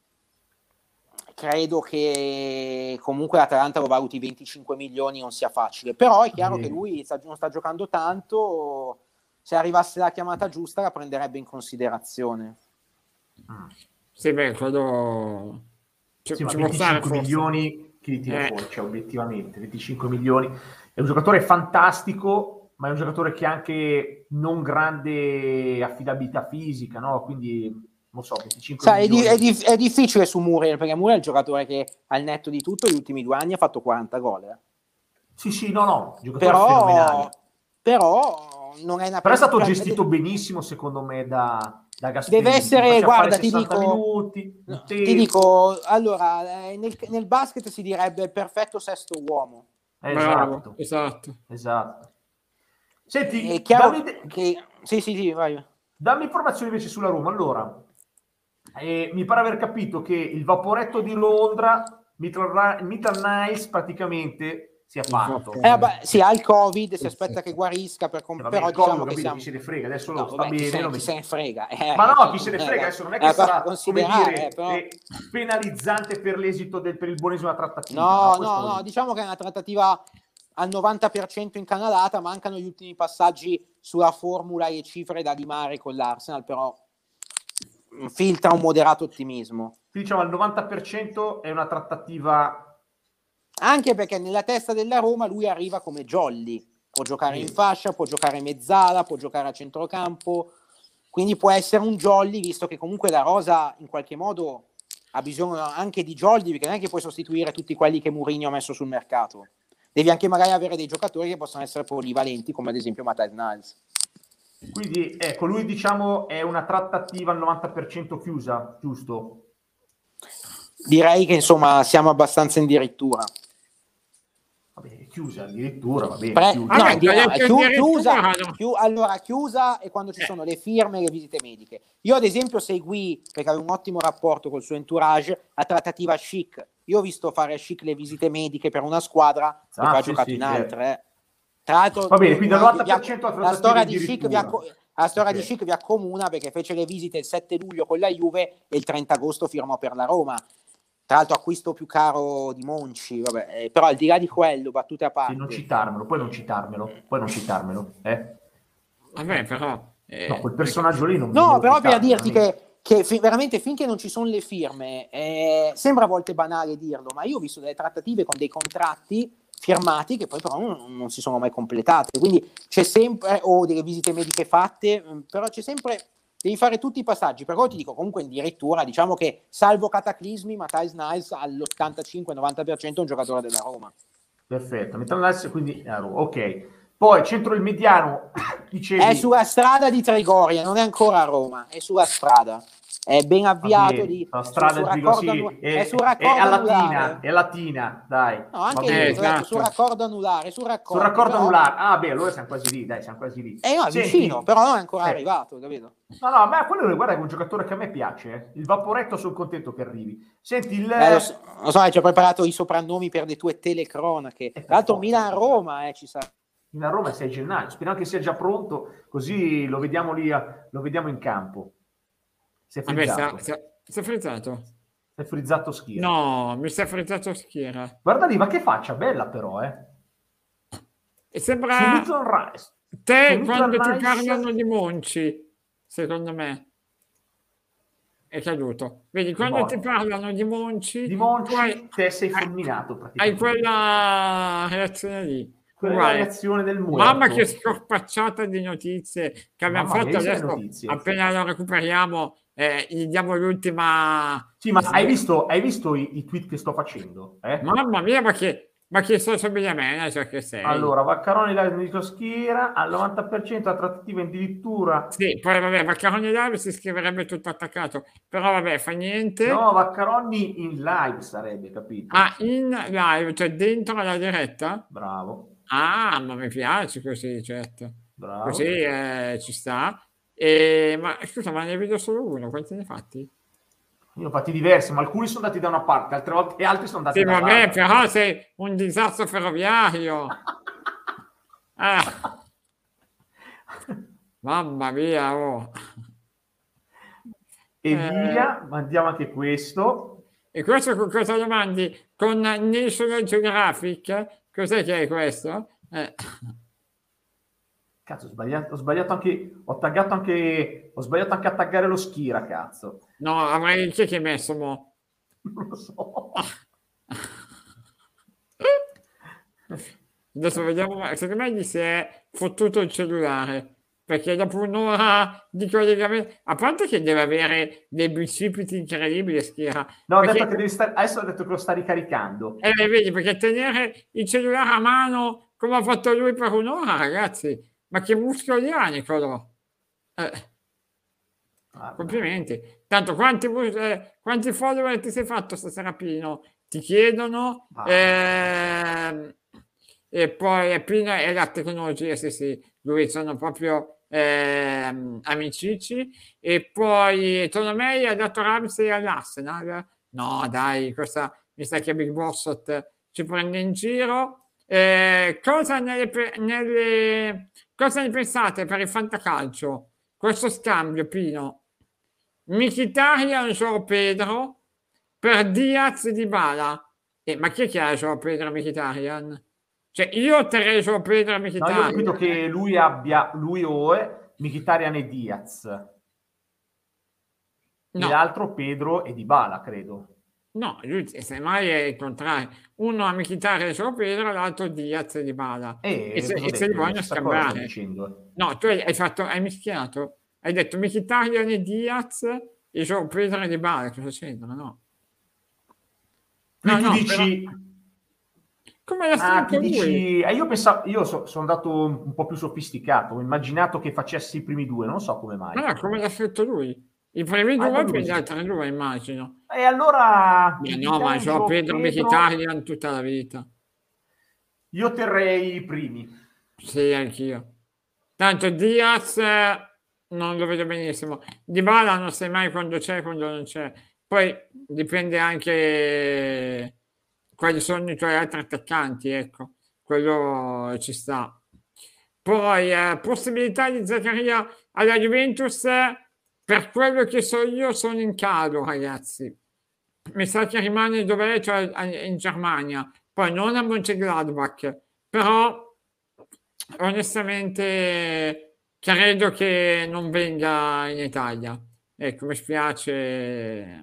credo che comunque l'Atalanta lo valuti 25 milioni non sia facile, però è chiaro che lui non sta giocando tanto, se arrivasse la chiamata giusta la prenderebbe in considerazione. Sì, beh, quello... Sì, ma 25 milioni chi li tira fuori? Cioè, obiettivamente, 25 milioni. È un giocatore fantastico, ma è un giocatore che ha anche non grande affidabilità fisica, no? Quindi, non so, 25 milioni... È difficile su Muriel, perché Muriel è un giocatore che al netto di tutto gli ultimi 2 anni ha fatto 40 gol. Sì, no, giocatore fenomenale. Però non è una... Però è stato gestito benissimo, secondo me, da Gasperini. Deve essere, guarda, ti dico, allora, nel basket si direbbe il perfetto sesto uomo. Esatto. Senti, è chiaro che... Sì, vai. Dammi informazioni invece sulla Roma. Allora, mi pare aver capito che il vaporetto di Londra, Midland Niles, praticamente si è fatto. Sì, ha il Covid, si aspetta che guarisca, però diciamo che chi se ne frega, adesso sta bene. Chi se ne frega. Ma no, chi se ne frega, adesso non è che sarà, come dire, penalizzante per l'esito per il buonesimo della trattativa. No, diciamo che è una trattativa al 90% incanalata, mancano gli ultimi passaggi sulla formula e cifre da limare con l'Arsenal, però filtra un moderato ottimismo. Diciamo al 90% è una trattativa... Anche perché nella testa della Roma lui arriva come jolly, può giocare in fascia, può giocare mezzala, può giocare a centrocampo, quindi può essere un jolly, visto che comunque la rosa in qualche modo ha bisogno anche di jolly, perché non è che puoi sostituire tutti quelli che Mourinho ha messo sul mercato. Devi anche magari avere dei giocatori che possono essere polivalenti, come ad esempio Matheus Niles. Quindi ecco, lui diciamo è una trattativa al 90% chiusa, giusto? Direi che insomma siamo abbastanza addirittura. Vabbè, chiusa addirittura, va bene. Chiusa è quando ci sono le firme e le visite mediche. Io ad esempio seguì, perché avevo un ottimo rapporto col suo entourage, la trattativa Schick. Io ho visto fare a Schick le visite mediche per una squadra e poi ha giocato in altre. Tra l'altro, va bene, quindi all'80% la storia di Schick di Schick vi accomuna, perché fece le visite il 7 luglio con la Juve e il 30 agosto firmò per la Roma. Tra l'altro acquisto più caro di Monci, vabbè, però al di là di quello, battute a parte. Sì, puoi non citarmelo. Vabbè, però... No, quel personaggio lì non... No, però per dirti che veramente finché non ci sono le firme, sembra a volte banale dirlo, ma io ho visto delle trattative con dei contratti firmati che poi però non si sono mai completate, quindi c'è sempre, o delle visite mediche fatte, però c'è sempre... Devi fare tutti i passaggi, però ti dico comunque addirittura, diciamo che salvo cataclismi, Matheus Niles all'85-90% è un giocatore della Roma. Perfetto, Niles quindi ok. Poi centro il mediano, dicevi... È sulla strada di Trigoria, non è ancora a Roma, è sulla strada. È ben avviato lì. La strada è latina, dai. No, anche sul raccordo anulare. Sul raccordo anulare. Ah, beh, allora siamo quasi lì, dai, vicino, però non è ancora arrivato, capito? No, ma quello guarda, è un giocatore che a me piace. Il Vaporetto, sono contento che arrivi. Senti, lo so, ci ho preparato i soprannomi per le tue telecronache. Tra l'altro Milan-Roma ci sarà. Milan-Roma è 6 gennaio. Speriamo che sia già pronto, così lo vediamo lì, lo vediamo in campo. Si è frizzato. Si è frizzato? Si è frizzato Schiera. No, mi si è frizzato Schiera. Guarda lì, ma che faccia bella però, E sembra te quando ti parlano di Monci, secondo me. è caduto. Vedi, quando ti parlano di Monci, te sei fulminato praticamente. Hai quella reazione lì. Quella è la reazione del muerto. Mamma che scorpacciata di notizie che abbiamo fatto adesso. Notizie, appena lo recuperiamo, gli diamo l'ultima. Sì, ma hai visto i tweet che sto facendo? Mamma mia, ma che social media manager che sei? Allora, Vaccaroni live di Schiera al 90% attrattiva addirittura. Sì, poi vabbè, Vaccaroni live si scriverebbe tutto attaccato, però vabbè, fa niente. No, Vaccaroni in live sarebbe, capito? Ah, in live, cioè dentro la diretta? Bravo. Ah, ma mi piace così, certo. Bravo. Così ci sta. Ma scusa, ma ne vedo solo uno, quanti ne hai fatti? Io ho fatti diversi, ma alcuni sono andati da una parte, altre volte altri sono andati dall'altra. Sì, vabbè, però sei un disastro ferroviario. Mamma mia, oh. E via, mandiamo anche questo. E questo con cosa lo mandi? Con National Geographic? Cos'è che è questo? Cazzo, ho sbagliato anche, ho sbagliato anche a taggare lo Schira, cazzo. No, avrei, chi è che hai messo mo? Non lo so. Adesso vediamo, secondo me gli si è fottuto il cellulare, perché dopo un'ora di collegamento, a parte che deve avere dei bicipiti incredibili, Schira. No, ho detto che adesso ho detto che lo sta ricaricando. Vedi, perché tenere il cellulare a mano, come ha fatto lui per un'ora, ragazzi, ma che muscoli ha, Nicolò? Complimenti. Tanto quanti follower ti sei fatto stasera, Pino? Ti chiedono. E poi Pino è la tecnologia, sì, lui sono proprio amicici. E poi Tolomei ha dato Ramsey all'Arsenal. No, dai, questa mi sa che Big Bossot ci prende in giro. Cosa ne pensate per il fantacalcio? Questo scambio, Pino? Mkhitaryan, João Pedro per Diaz e Dybala. Ma chi è che ha João Pedro e Mkhitaryan? Cioè, io otterrei João Pedro e Mkhitaryan. No, io ho capito che lui Mkhitaryan e Diaz. No. E l'altro Pedro e Dybala, credo. No, lui semmai è il contrario. Uno a Mkhitaryan e João Pedro, l'altro Diaz e Dybala. E se li vogliono scambiare. No, tu hai mischiato. Hai detto Mkhitaryan e Diaz e João Pedro e Dybala. Cosa c'entrano? No. Tu dici... Però... Come l'ha scritto lui? Io sono andato un po' più sofisticato. Ho immaginato che facessi i primi due, non so come mai. No, come l'ha scritto lui? I primi due e gli altri due, immagino. E allora... No, ma João Pedro Mkhitaryan tutta la vita. Io terrei i primi. Sì, anch'io. Tanto Diaz non lo vedo benissimo. Dybala non sai mai quando c'è e quando non c'è. Poi dipende anche quali sono i tuoi altri attaccanti, ecco. Quello ci sta. Poi possibilità di Zaccaria alla Juventus, per quello che so io, sono in calo, ragazzi. Mi sa che rimane dove è, cioè in Germania. Poi non a Mönchengladbach, però onestamente credo che non venga in Italia. Ecco, mi spiace.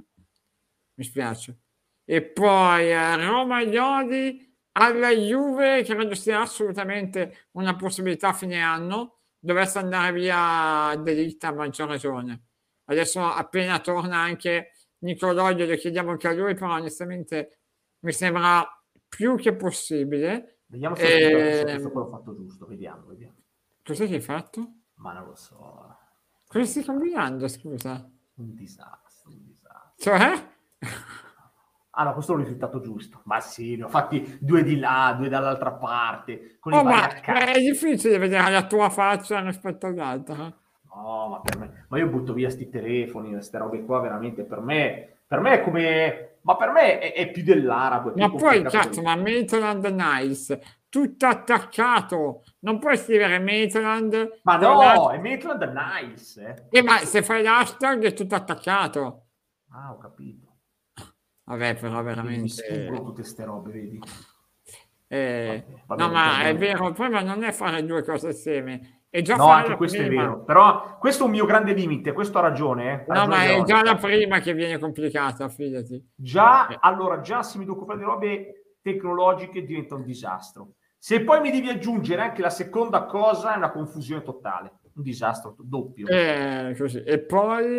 E poi Roma Iodi alla Juve, credo sia assolutamente una possibilità a fine anno. Dovesse andare via De Ligt, a maggior ragione. Adesso appena torna anche Nicolò, glielo chiediamo anche a lui, però onestamente mi sembra più che possibile. Vediamo se questo l'ho fatto giusto, vediamo. Cos'è che hai fatto? Ma non lo so. Cosa stai combinando, scusa? Un disastro. Cioè? Ah no, questo l'ho risultato giusto. Ma sì, ne ho fatti due di là, due dall'altra parte. Ma è difficile vedere la tua faccia rispetto all'altra. No, ma per me... Ma io butto via sti telefoni, queste robe qua, veramente, per me è come... Ma per me è più dell'arabo. Ma poi, cazzo, ma Maitland Nice, tutto attaccato. Non puoi scrivere Maitland... Ma no, è Maitland Nice. Ma se fai l'hashtag è tutto attaccato. Ah, ho capito. Vabbè, però veramente... Mi sfuggono tutte ste robe, vedi? No, ma è vero, il problema non è fare due cose assieme, è già no, fare anche la questo prima. è vero, però questo è un mio grande limite, questo ha ragione. No, ma è già la prima che viene complicata, fidati. Allora, già se mi devo occupare di robe tecnologiche diventa un disastro. Se poi mi devi aggiungere anche la seconda cosa, è una confusione totale, un disastro doppio. Così. E poi...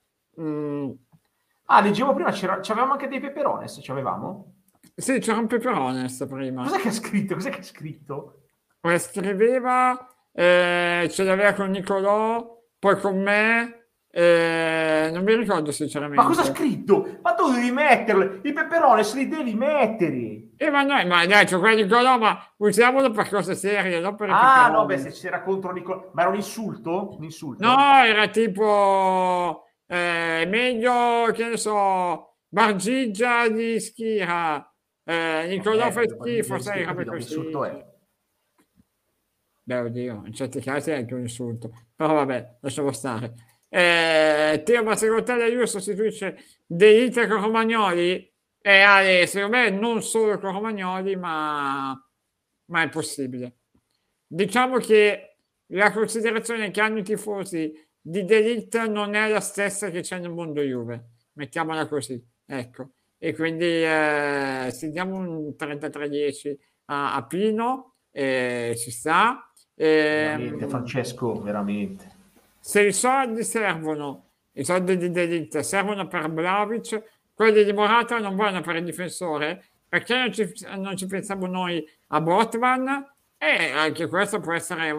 leggevo prima, c'avevamo anche dei peperones, c'avevamo? Sì, c'era un peperones prima. Cos'è che ha scritto? Cos'è che ha scritto? Scriveva, ce l'aveva con Nicolò, poi con me, non mi ricordo sinceramente. Ma cosa ha scritto? Ma tu devi metterli, i peperones li devi mettere. Ma no, ma dai, c'è qua Nicolò, ma usiamolo per cose serie, non per i peperoni. No, beh, se c'era contro Nicolò, ma era un insulto? Un insulto? No, era tipo, meglio, che ne so, Bargigia di Schira, Nicolò fa schifo, sai, robe così. Insulto è. Beh, oddio, in certi casi è anche un insulto, però vabbè, lasciamo stare. Teo, ma secondo te la Juve sostituisce De Ligt con Romagnoli? Ale, secondo me non solo con Romagnoli, ma è possibile. Diciamo che la considerazione che hanno i tifosi di De Ligt non è la stessa che c'è nel mondo Juve, mettiamola così, ecco. E quindi se diamo un 33-10 a Pino, ci sta. Veramente, Francesco, veramente. Se i soldi servono, i soldi di De Ligt servono per Vlahovic, quelli di Morata non vanno per il difensore, perché non ci pensiamo noi a Botman? E anche questo può essere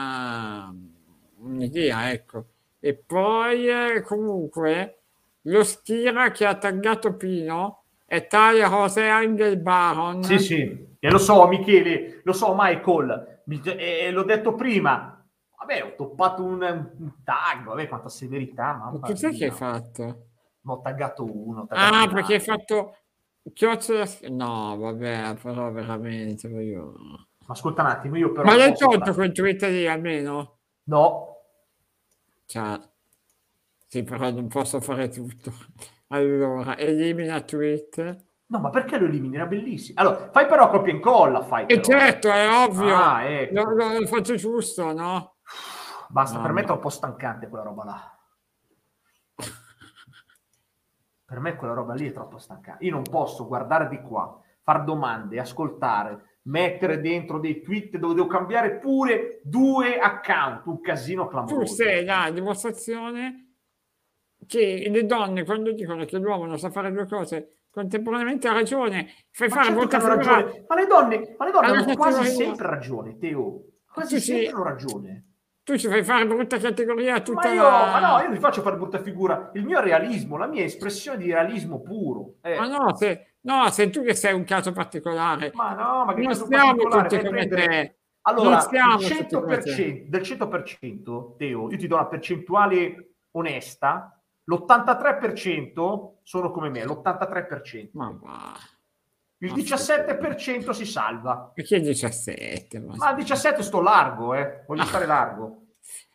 un'idea, ecco. E poi comunque lo Schira che ha taggato Pino è tale José Angel Baron. Sì, e lo so Michele, lo so Michael, l'ho detto prima. Vabbè, ho toppato un tag, vabbè, quanta severità, mamma mia. Cos'è che hai fatto? Ho taggato uno. Perché hai fatto chiocciola... No, vabbè, però veramente io... Ma ascolta un attimo, io però... Ma l'hai tolto quel tweet lì almeno? No. Cioè, sì, però non posso fare tutto. Allora, elimina tweet. No, ma perché lo elimini? Era bellissimo. Allora, fai però copia e incolla, fai però. E certo, è ovvio. Ecco. Lo faccio giusto, no? Basta, per me è troppo stancante quella roba là. Per me quella roba lì è troppo stancante. Io non posso guardare di qua, far domande, ascoltare, mettere dentro dei tweet dove devo cambiare pure 2 account, un casino clamoroso. Tu sei la dimostrazione che le donne, quando dicono che l'uomo non sa fare 2 cose contemporaneamente, ha ragione. Fai fare certo brutta figura. Ragione. Ma le donne hanno quasi sempre ragione, Teo. Quasi sempre hanno ragione. Tu ci fai fare brutta categoria a tutta ma no, io non ti faccio fare brutta figura. Il mio è realismo, la mia espressione di realismo puro. Ma no, sei tu che sei un caso particolare. Ma no, ma che non caso stiamo particolare? tutti come te. Allora, del 100%, Teo, io ti do una percentuale onesta, l'83% sono come me, l'83%. Ma il 17% si salva. Perché il 17? Ma il 17 sto largo, voglio stare largo.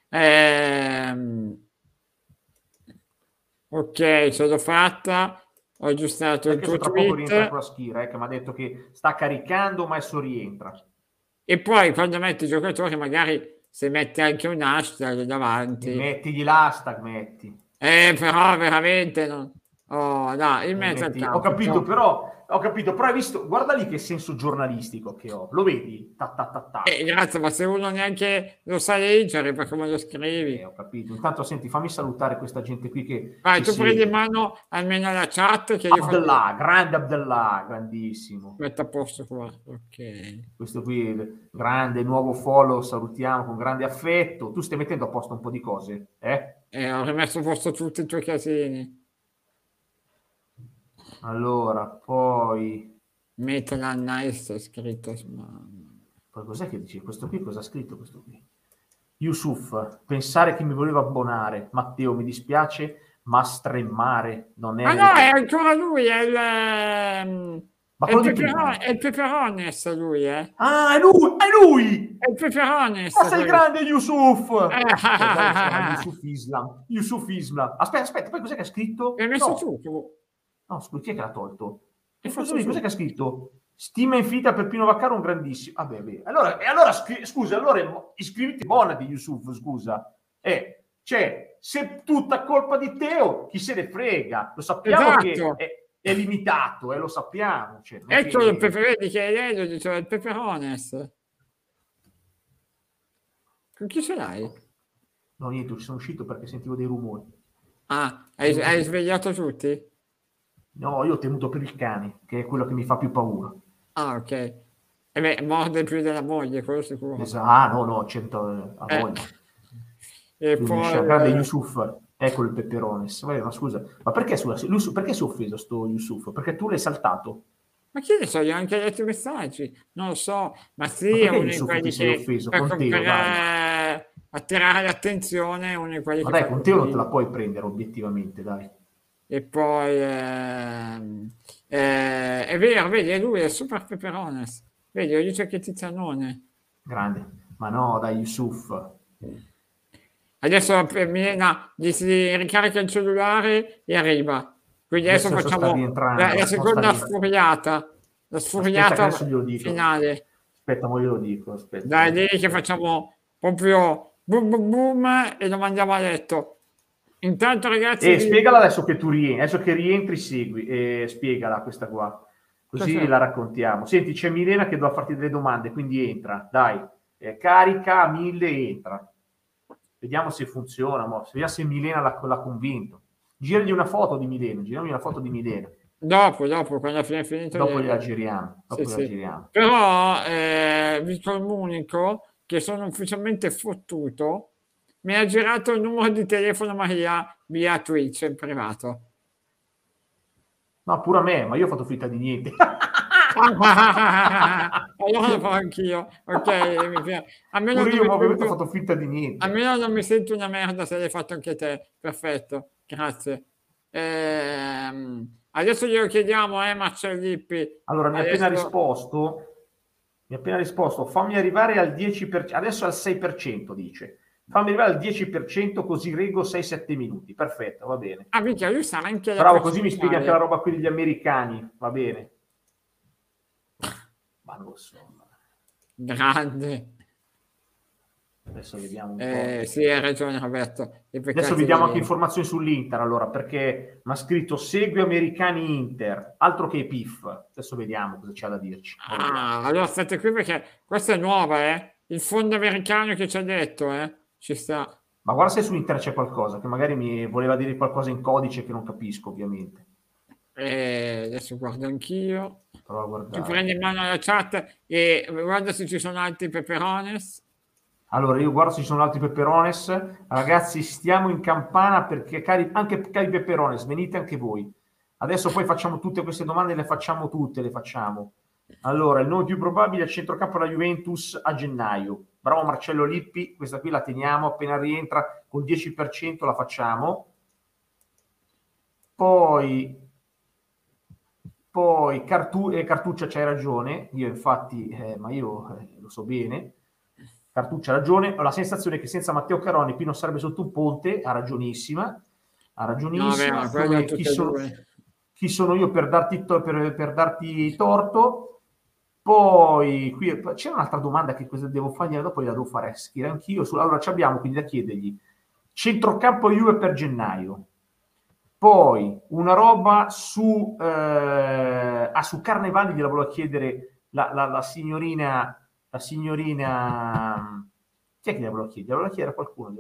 Ok, ce l'ho fatta. Ho aggiustato il tuo tweet. Tra poco rientra con la Schira, che mi ha detto che sta caricando, ma adesso rientra. E poi quando metti i giocatori, magari se metti anche un hashtag davanti. Mettigli l'hashtag, metti. Però veramente non... Oh, dai, in mezzo al campo. Ho capito, però hai visto, guarda lì che senso giornalistico che ho, lo vedi? Grazie, ma se uno neanche lo sa leggere, per come lo scrivi. Ho capito, intanto senti, fammi salutare questa gente qui che... Vai, tu prendi in mano almeno la chat che io Abdallah, grande Abdallah, grandissimo. Metto a posto qua, ok. Questo qui, grande, nuovo follow, salutiamo con grande affetto. Tu stai mettendo a posto un po' di cose, ho rimesso a posto tutti i tuoi casini. Allora, poi... Metala nice è scritto. Poi cos'è che dice? Questo qui cosa ha scritto questo qui? Yusuf, pensare che mi voleva abbonare. Matteo, mi dispiace, ma stremmare non è... Ma no, è ancora lui, è il... Ma è il Peperones lui, Ah, è lui! È il Peperones! Ma sei grande, Yusuf! Yusuf Islam. Aspetta, poi cos'è che ha scritto? L'hai messo tu? No, scusa, chi è che l'ha tolto? Cos'è che ha scritto? Stima infinita per Pino Vaccaro, un grandissimo. Vabbè. Allora scusa, allora iscriviti Bonati, Yusuf, scusa. Cioè, se tutta colpa di Teo, chi se ne frega? Lo sappiamo esatto. che è limitato, lo sappiamo. Cioè, ecco il vedi che lei lo diceva, il peperones. Con chi ce l'hai? No, niente, ci sono uscito perché sentivo dei rumori. Ah, hai svegliato tutti? No, io ho temuto per il cane, che è quello che mi fa più paura. Ah, ok. E beh, morde più della moglie, quello sicuro. Esatto, no, 100 a voglia. E poi... grande Yusuf, ecco il peperones. Ma scusa, ma perché si è offeso sto Yusuf? Perché tu l'hai saltato? Ma che ne so, gli ho anche letto i messaggi, non lo so, ma sì, Ma è perché uno di Yusuf quelli ti sei che offeso? per, Con Teo, dai. attirare l'attenzione, è uno di quelli Ma che dai, fa con Teo non così. te la puoi prendere obiettivamente, dai. E poi è vero, vedi, è lui, è super peperones. Vedi, lo dice che Tizianone. Grande. Ma no, dai, Yusuf. Adesso Milena gli si ricarica il cellulare e arriva. Quindi adesso Sta facciamo rientrando. la seconda sfuriata, la sfuriata adesso glielo dico. finale. Aspetta, ma glielo dico. Aspetta. Dai, lì che facciamo proprio boom boom boom e lo mandiamo a letto. Intanto ragazzi... spiegala adesso che tu rientri, adesso che rientri segui e spiegala questa qua. Così Cos'è? la raccontiamo. Senti, c'è Milena che doveva farti delle domande, quindi entra. Dai, carica 1000 e entra. Vediamo se funziona, vediamo se Milena l'ha convinto. Giragli una foto di Milena, giriamo una foto di Milena. Dopo, quando è finito... Dopo gliela giriamo. Sì. Però vi comunico che sono ufficialmente fottuto. Mi ha girato il numero di telefono Maria via Twitch in privato. No, pure a me, ma io ho fatto finta di niente. Allora lo farò anch'io. Ok, almeno pure io ovviamente ho fatto finta di niente. Almeno non mi sento una merda se l'hai fatto anche te. Perfetto, grazie. Adesso glielo chiediamo, Marcellippi. Allora, mi ha appena risposto, fammi arrivare al 10%, adesso al 6% dice. Fammi arrivare al 10% così reggo 6-7 minuti. Perfetto, va bene. Ah, minchia, lui sarà anche la bravo, così mi spieghi anche la roba qui degli americani, va bene. Ma non lo so. Grande. Adesso vediamo un po'. Sì, hai ragione Roberto. Adesso vediamo anche informazioni sull'Inter, allora, perché mi ha scritto segui americani Inter, altro che PIF. Adesso vediamo cosa c'ha da dirci. Allora state qui perché questa è nuova, il fondo americano che ci ha detto, ci sta. Ma guarda se su Inter c'è qualcosa, che magari mi voleva dire qualcosa in codice che non capisco, ovviamente. Adesso guardo anch'io. Prova a guardare. Ti prendi in mano la chat e guarda se ci sono altri peperones. Allora, io guardo se ci sono altri peperones. Ragazzi, stiamo in campana perché anche cari peperones, venite anche voi. Adesso poi facciamo tutte queste domande, le facciamo. Allora, il nome più probabile a centrocampo della Juventus a gennaio. Bravo Marcello Lippi, questa qui la teniamo, appena rientra col 10% la facciamo. Poi Cartuccia, c'hai ragione, io infatti, ma io lo so bene. Cartuccia ha ragione, ho la sensazione che senza Matteo Caroni Pino sarebbe sotto un ponte, ha ragionissima. No, chi sono io per darti torto? Poi qui c'è un'altra domanda che cosa devo fare, dopo gliela devo fare scrivere anch'io. Allora ci abbiamo quindi da chiedergli centrocampo Juve per gennaio. Poi una roba su Carnevali gliela volevo chiedere la signorina. La signorina, chi è che gliela voleva chiedere? Gliela voleva chiedere a qualcuno,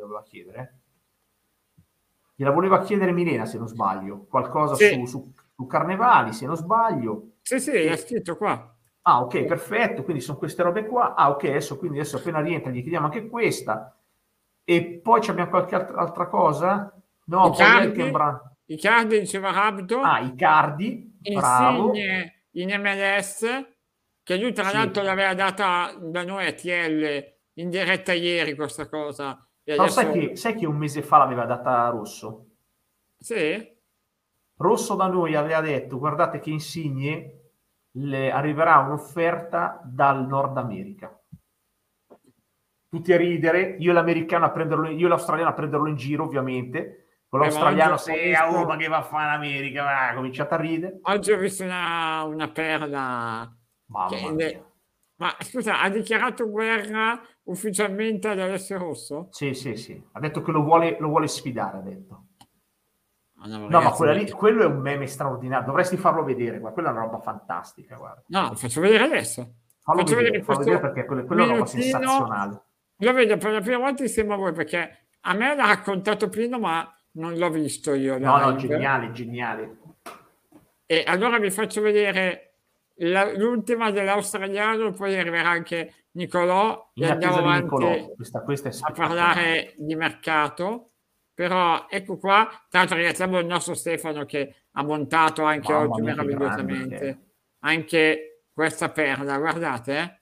gliela voleva chiedere Milena, se non sbaglio, qualcosa su Carnevali, se non sbaglio. Sì, l'ha scritto qua. Ah, ok, perfetto, quindi sono queste robe qua. Ah, ok, adesso appena rientra gli chiediamo anche questa. E poi abbiamo qualche altra cosa? No, Icardi diceva Rabdo. Ah, Icardi, bravo. In MLS, che lui tra l'altro l'aveva data da noi a TL in diretta ieri questa cosa. Però adesso... sai che un mese fa l'aveva data Rosso? Sì? Rosso da noi aveva detto, guardate che Insigne arriverà un'offerta dal Nord America. Tutti a ridere, io l'australiano a prenderlo in giro, ovviamente. Con l'australiano ma che va a fare in America? Cominciate a ridere. Oggi ho visto una perla Mamma mia. Ma scusa, ha dichiarato guerra ufficialmente ad Alessio Rosso? Sì. Ha detto che lo vuole sfidare, ha detto. No, ma quello è un meme straordinario. Dovresti farlo vedere, guarda. Quella è una roba fantastica, guarda. No, lo faccio vedere adesso. Fallo vedere perché quella è una roba sensazionale. Lo vedo per la prima volta insieme a voi, perché a me l'ha raccontato Pino, ma non l'ho visto io. No, geniale. E allora vi faccio vedere l'ultima dell'australiano, poi arriverà anche Nicolò e andiamo avanti questa è a parlare di mercato. Però ecco qua, tra l'altro ringraziamo il nostro Stefano che ha montato anche oggi meravigliosamente anche questa perla, guardate.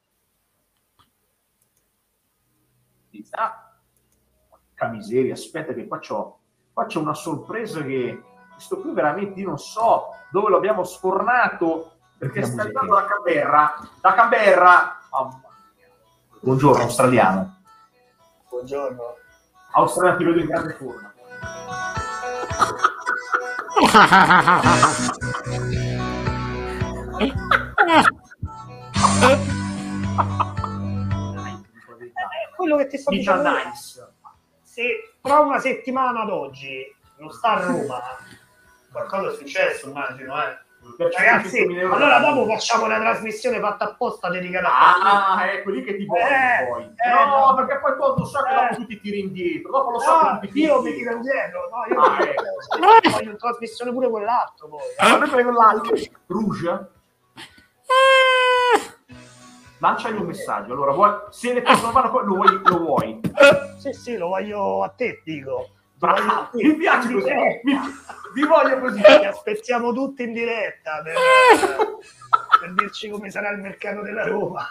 Porca miseria, aspetta che qua c'ho una sorpresa che questo qui veramente io non so dove lo abbiamo sfornato, perché sta arrivando da Canberra. Oh, buongiorno australiano. Buongiorno. Australiano, ti vedo in grande forma. Quello che ti sto dicendo, se tra una settimana ad oggi non sta a Roma, qualcosa è successo, immagino, Ragazzi, allora dopo facciamo la trasmissione fatta apposta dedicata ecco lì che ti voglio poi. Perché poi tu lo so che dopo tu ti tiri indietro. Dopo lo so che tu ti tiri io mi tiro indietro. No, io voglio in trasmissione pure quell'altro poi. Rouge? Lanciagli un messaggio. Allora, se le cose non vanno, lo vuoi? Sì, lo voglio a te, dico. Mi piace così. Vi voglio così. Ti aspettiamo tutti in diretta per dirci come sarà il mercato della Roma.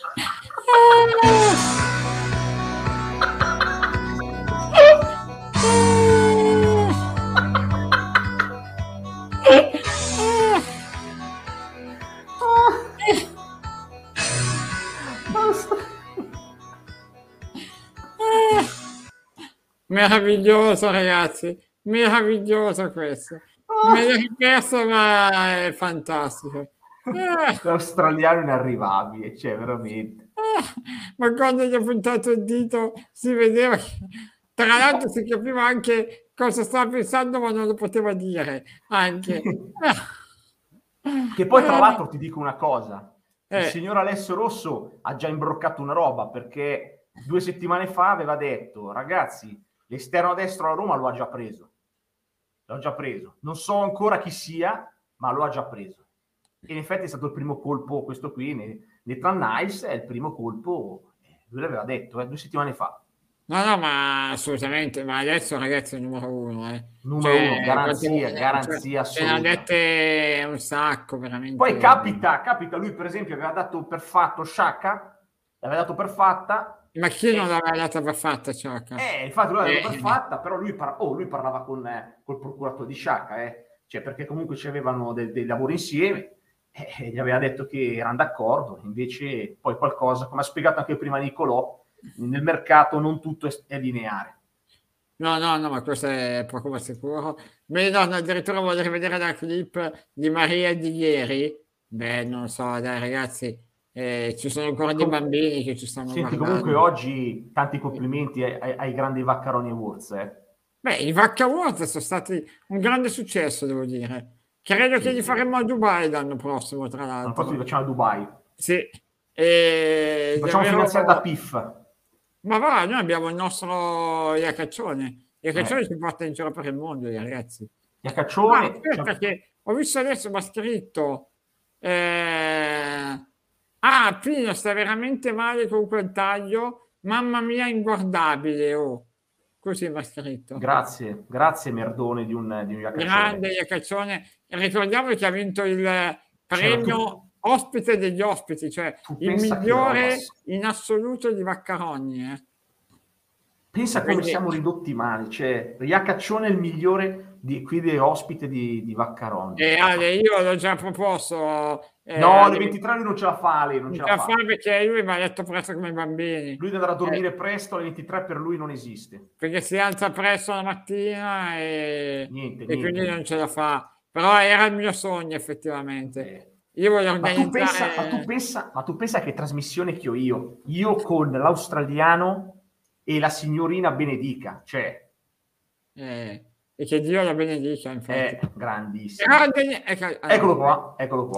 Meraviglioso, ragazzi, meraviglioso questo. Me l'ho perso, ma è fantastico. L'australiano inarrivabile, cioè veramente. Ma quando gli ho puntato il dito si vedeva che, tra l'altro, si capiva anche cosa stava pensando, ma non lo poteva dire anche. Che poi, tra l'altro, ti dico una cosa. Il signor Alessio Rosso ha già imbroccato una roba, perché 2 settimane fa aveva detto: ragazzi, l'esterno destro alla Roma lo ha già preso. L'ho già preso. Non so ancora chi sia, ma lo ha già preso. E in effetti è stato il primo colpo, questo qui, Nathan Nice è il primo colpo, lui l'aveva detto 2 settimane fa. No, ma assolutamente, ma adesso ragazzi è il numero 1. Numero 1, garanzia assoluta. Ce ne ha dette un sacco, veramente. Poi capita, lui per esempio aveva dato per fatto Sciacca, l'aveva dato per fatta. Ma chi non l'aveva data per fatta Sciacca? Infatti lui l'aveva per fatta, però lui parlava col procuratore di Sciacca, cioè perché comunque ci avevano dei lavori insieme. Gli aveva detto che erano d'accordo, invece poi qualcosa, come ha spiegato anche prima Nicolò, nel mercato non tutto è lineare. No, ma questo è poco ma sicuro. Addirittura voglio vedere la clip di Maria di ieri. Beh, non so, dai ragazzi, ci sono ancora dei bambini che ci stanno guardando. Comunque oggi tanti complimenti ai grandi Vaccaroni e Wurz. Beh, i Vacca Wurz sono stati un grande successo, devo dire. Credo che li faremo a Dubai l'anno prossimo, tra l'altro. L'anno prossimo li facciamo a Dubai. Sì. Facciamo finanziare da PIF. Ma va, noi abbiamo il nostro Iacaccione. Iacaccione si porta in giro per il mondo, ragazzi. Iacaccione. Perché ho visto adesso, mi ha scritto Pino sta veramente male con quel taglio. Mamma mia, inguardabile. Così mi ha scritto. Grazie Merdone di un Iacaccione. Grande Iacaccione. Ricordiamo che ha vinto il premio ospite degli ospiti, cioè il migliore in assoluto di Vaccaroni. Pensa come siamo ridotti male, cioè Iacaccione è il migliore qui dei ospite di Vaccaroni. Ale, io l'ho già proposto. No, alle 23 lui non ce la fa, non ce la fa. Perché lui va a letto presto come i bambini. Lui deve andare a dormire presto, alle 23 per lui non esiste. Perché si alza presto la mattina niente. quindi non ce la fa. Però era il mio sogno effettivamente. io voglio Ma organizzare... tu pensa che trasmissione che ho io con l'australiano e la signorina Benedica, cioè... e che Dio la benedica, infatti. È grandissimo. Eccolo qua. Eccolo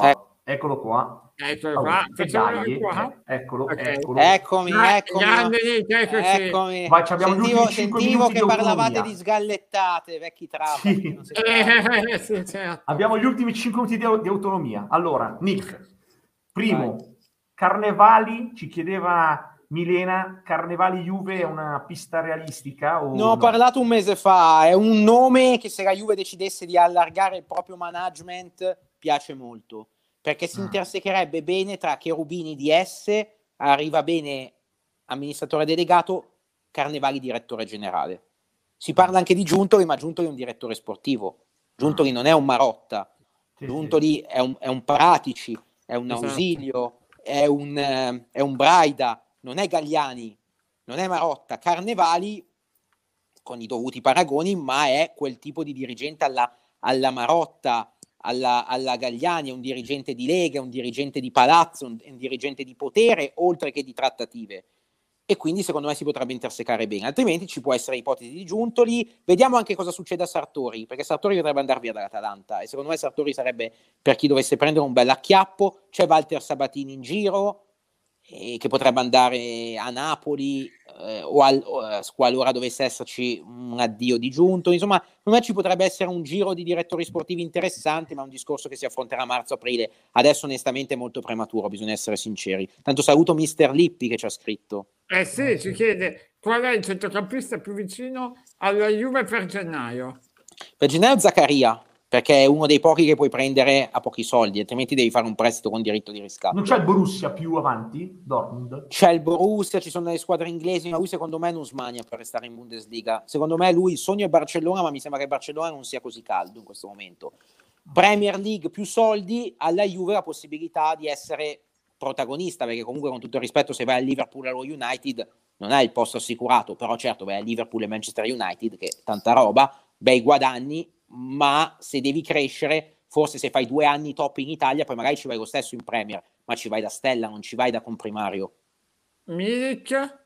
Oh, qua, dai, qua. eccolo. Eccomi. Grande Nick, eccoci. Eccomi. Vai, abbiamo gli ultimi 5 Sentivo minuti che di parlavate autonomia. di sgallettate, vecchi trapani. Sì. Sì, certo. Abbiamo gli ultimi 5 minuti di autonomia. Allora, Nick, primo, Carnevali, ci chiedeva Milena, Carnevali Juve è una pista realistica? O Ne ho parlato un mese fa, è un nome che se la Juve decidesse di allargare il proprio management piace molto, perché si intersecherebbe bene tra Cherubini DS, arriva bene amministratore delegato, Carnevali direttore generale. Si parla anche di Giuntoli, ma Giuntoli è un direttore sportivo. Giuntoli non è un Marotta, Giuntoli è un Paratici, è un Ausilio, è un Braida, non è Galliani, non è Marotta. Carnevali, con i dovuti paragoni, ma è quel tipo di dirigente alla Marotta, alla Galliani, è un dirigente di Lega, un dirigente di palazzo, un dirigente di potere, oltre che di trattative. E quindi secondo me si potrebbe intersecare bene, altrimenti ci può essere ipotesi di Giuntoli. Vediamo anche cosa succede a Sartori, perché Sartori potrebbe andare via dall'Atalanta e secondo me Sartori sarebbe, per chi dovesse prendere un bel acchiappo. C'è Walter Sabatini in giro, che potrebbe andare a Napoli, qualora dovesse esserci un addio di Giuntoli. Insomma, secondo me ci potrebbe essere un giro di direttori sportivi interessante, ma un discorso che si affronterà a marzo-aprile. Adesso onestamente è molto prematuro, bisogna essere sinceri. Tanto saluto Mister Lippi che ci ha scritto. Sì, ci chiede qual è il centrocampista più vicino alla Juve per gennaio. Per gennaio Zaccaria, perché è uno dei pochi che puoi prendere a pochi soldi, altrimenti devi fare un prestito con diritto di riscatto. Non c'è il Borussia più avanti? Dortmund? C'è il Borussia, ci sono delle squadre inglesi, ma lui secondo me non smania per restare in Bundesliga. Secondo me lui il sogno è Barcellona, ma mi sembra che Barcellona non sia così caldo in questo momento. Premier League più soldi, alla Juve la possibilità di essere protagonista, perché comunque con tutto il rispetto se vai al Liverpool o allo United non hai il posto assicurato, però certo vai al Liverpool e Manchester United, che tanta roba, bei guadagni, ma se devi crescere, forse se fai 2 anni top in Italia, poi magari ci vai lo stesso in Premier, ma ci vai da stella, non ci vai da comprimario. Milik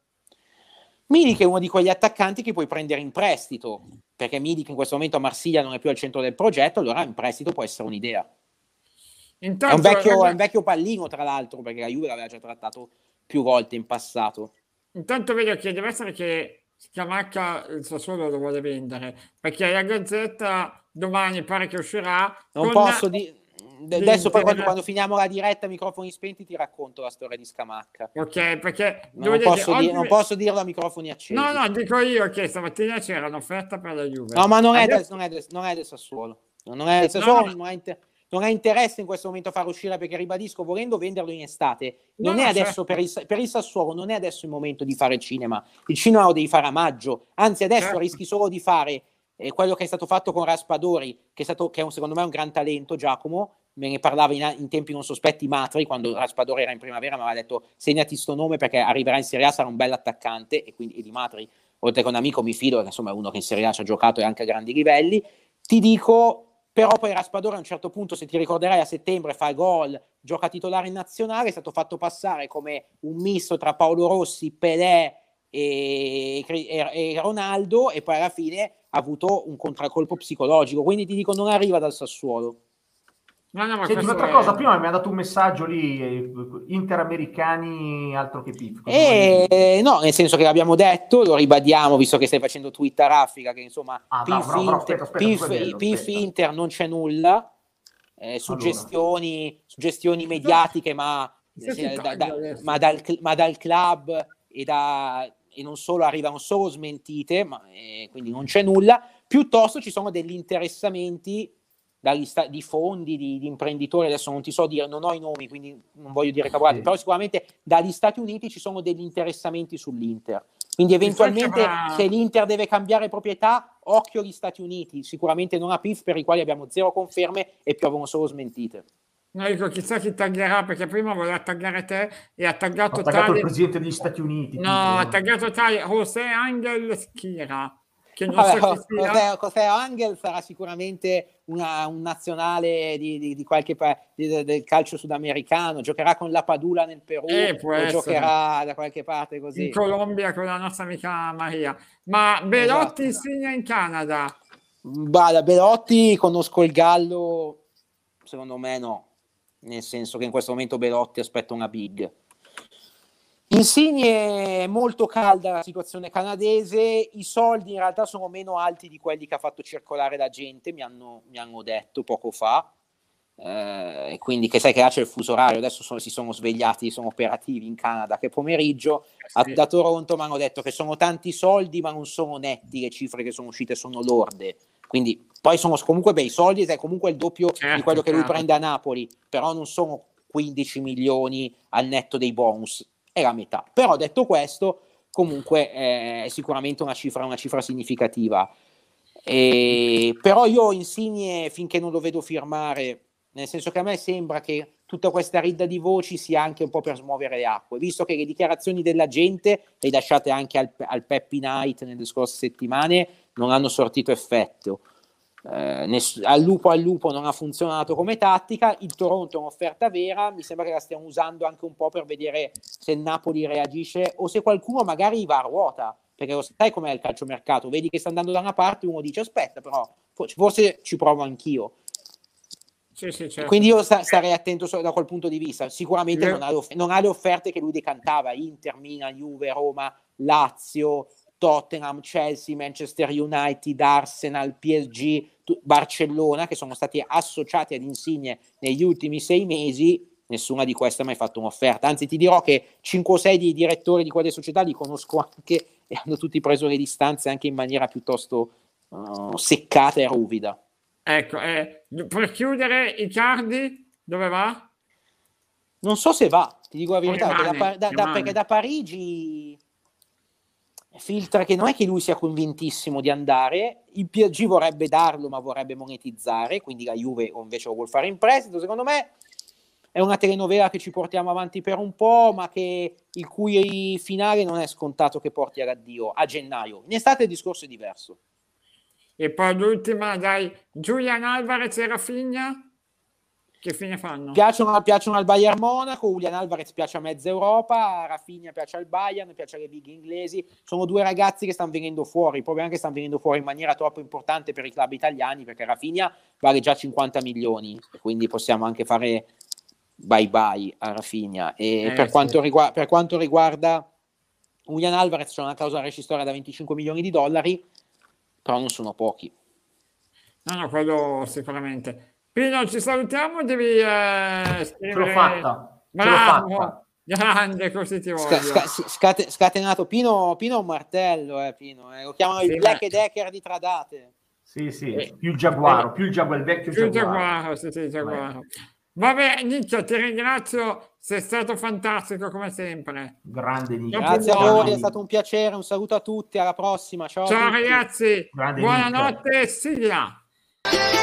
è uno di quegli attaccanti che puoi prendere in prestito, perché Milik in questo momento a Marsiglia non è più al centro del progetto, allora in prestito può essere un'idea. Intanto, è un vecchio pallino, tra l'altro, perché la Juve l'aveva già trattato più volte in passato. Intanto vedo che deve essere che Scamacca il Sassuolo lo vuole vendere, perché la Gazzetta domani pare che uscirà. Non posso dire. Adesso poi quando finiamo la diretta, microfoni spenti, ti racconto la storia di Scamacca. Ok, perché non posso dirlo a microfoni accesi. No, dico io che stamattina c'era un'offerta per la Juve. No, ma non è del Sassuolo. Non è del Sassuolo, non ha interesse in questo momento a far uscire, perché ribadisco, volendo venderlo in estate, non è adesso per il Sassuolo, non è adesso il momento di fare cinema. Il cinema lo devi fare a maggio, anzi adesso rischi solo di fare quello che è stato fatto con Raspadori, che secondo me è un gran talento. Giacomo me ne parlava in tempi non sospetti Matri, quando Raspadori era in primavera, mi aveva detto segnati sto nome perché arriverà in Serie A, sarà un bel attaccante, e quindi di Matri, oltre che un amico, mi fido, perché insomma è uno che in Serie A ci ha giocato e anche a grandi livelli. Ti dico, però poi Raspadori a un certo punto, se ti ricorderai, a settembre fa gol, gioca titolare in nazionale, è stato fatto passare come un misto tra Paolo Rossi, Pelé e Ronaldo, e poi alla fine ha avuto un contraccolpo psicologico, quindi ti dico non arriva dal Sassuolo. Senti, un'altra cosa, prima mi ha dato un messaggio lì, interamericani altro che PIF. No, nel senso che l'abbiamo detto, lo ribadiamo, visto che stai facendo tweet a raffica, che insomma PIF Inter non c'è nulla, suggestioni mediatiche, ma dal club e non solo, arrivano solo smentite, quindi non c'è nulla. Piuttosto ci sono degli interessamenti di fondi, di imprenditori, adesso non ti so dire, non ho i nomi, quindi non voglio dire cavolate, però sicuramente dagli Stati Uniti ci sono degli interessamenti sull'Inter, quindi eventualmente se l'Inter deve cambiare proprietà, occhio agli Stati Uniti, sicuramente non a PIF, per i quali abbiamo 0 conferme e piovono solo smentite. No, dico, chissà chi taggherà, perché prima voleva taggare te e ha taggato il presidente degli Stati Uniti. No, ha taggato tale José Angel Schira. che non so chi sia. José Angel sarà sicuramente un nazionale di qualche del calcio sudamericano, giocherà con la Padula nel Perù o giocherà da qualche parte così. In Colombia con la nostra amica Maria. Ma Belotti insegna in Canada? Da Belotti conosco il Gallo, secondo me no, nel senso che in questo momento Belotti aspetta una big. Insigne è molto calda la situazione canadese, i soldi in realtà sono meno alti di quelli che ha fatto circolare la gente, mi hanno detto poco fa, e quindi che sai che là c'è il fuso orario, adesso si sono svegliati, sono operativi in Canada che pomeriggio, da Toronto mi hanno detto che sono tanti soldi ma non sono netti, le cifre che sono uscite sono lorde, quindi poi sono comunque bei soldi, è comunque il doppio di quello che lui prende a Napoli, però non sono 15 milioni al netto dei bonus, è la metà. Però detto questo, comunque è sicuramente una cifra significativa. Però io Insigne finché non lo vedo firmare, nel senso che a me sembra che tutta questa ridda di voci sia anche un po' per smuovere le acque, visto che le dichiarazioni della gente, rilasciate anche al Peppy Night nelle scorse settimane, non hanno sortito effetto. Al lupo non ha funzionato come tattica, il Toronto è un'offerta vera, mi sembra che la stiamo usando anche un po' per vedere se il Napoli reagisce o se qualcuno magari va a ruota, perché lo sai com'è il calciomercato, vedi che sta andando da una parte, uno dice aspetta però forse ci provo anch'io. Sì, certo. Quindi io starei attento da quel punto di vista, sicuramente non ha le offerte che lui decantava, Inter, Milan, Juve, Roma, Lazio, Tottenham, Chelsea, Manchester United, Arsenal, PSG, Barcellona, che sono stati associati ad Insigne negli ultimi 6 mesi, nessuna di queste ha mai fatto un'offerta. Anzi, ti dirò che 5 o 6 di direttori di quelle società li conosco anche e hanno tutti preso le distanze anche in maniera piuttosto seccata e ruvida. Ecco, per chiudere, Icardi dove va? Non so se va, ti dico la verità, perché da Parigi filtra che non è che lui sia convintissimo di andare, il PSG vorrebbe darlo ma vorrebbe monetizzare, quindi la Juve invece lo vuol fare in prestito. Secondo me è una telenovela che ci portiamo avanti per un po', ma il cui finale non è scontato che porti all'addio a gennaio. In estate il discorso è diverso. E poi l'ultima, dai, Julian Alvarez e Rafinha? Che fine fanno? Piacciono al Bayern Monaco, Julian Alvarez piace a mezza Europa, Rafinha piace al Bayern, piace alle big inglesi. Sono 2 ragazzi che stanno venendo fuori, il problema è che stanno venendo fuori in maniera troppo importante per i club italiani, perché Rafinha vale già 50 milioni, quindi possiamo anche fare bye bye a Rafinha. E per quanto riguarda Julian Alvarez c'è una clausola rescissoria da 25 milioni di dollari, però non sono pochi. No, quello sicuramente. Pino, ci salutiamo, devi Ce l'ho fatta. Bravo, grande, così ti voglio. Scatenato. Pino è un martello, Pino. Lo chiamano il Black Decker di Tradate. Sì, più il Giaguaro, il vecchio Giaguaro. Sì, Giaguaro. Vabbè, Nicchio, ti ringrazio, sei stato fantastico come sempre. Grande Nicchio. Grazie a voi, è stato un piacere, un saluto a tutti, alla prossima. Ciao ragazzi, buonanotte, sigla.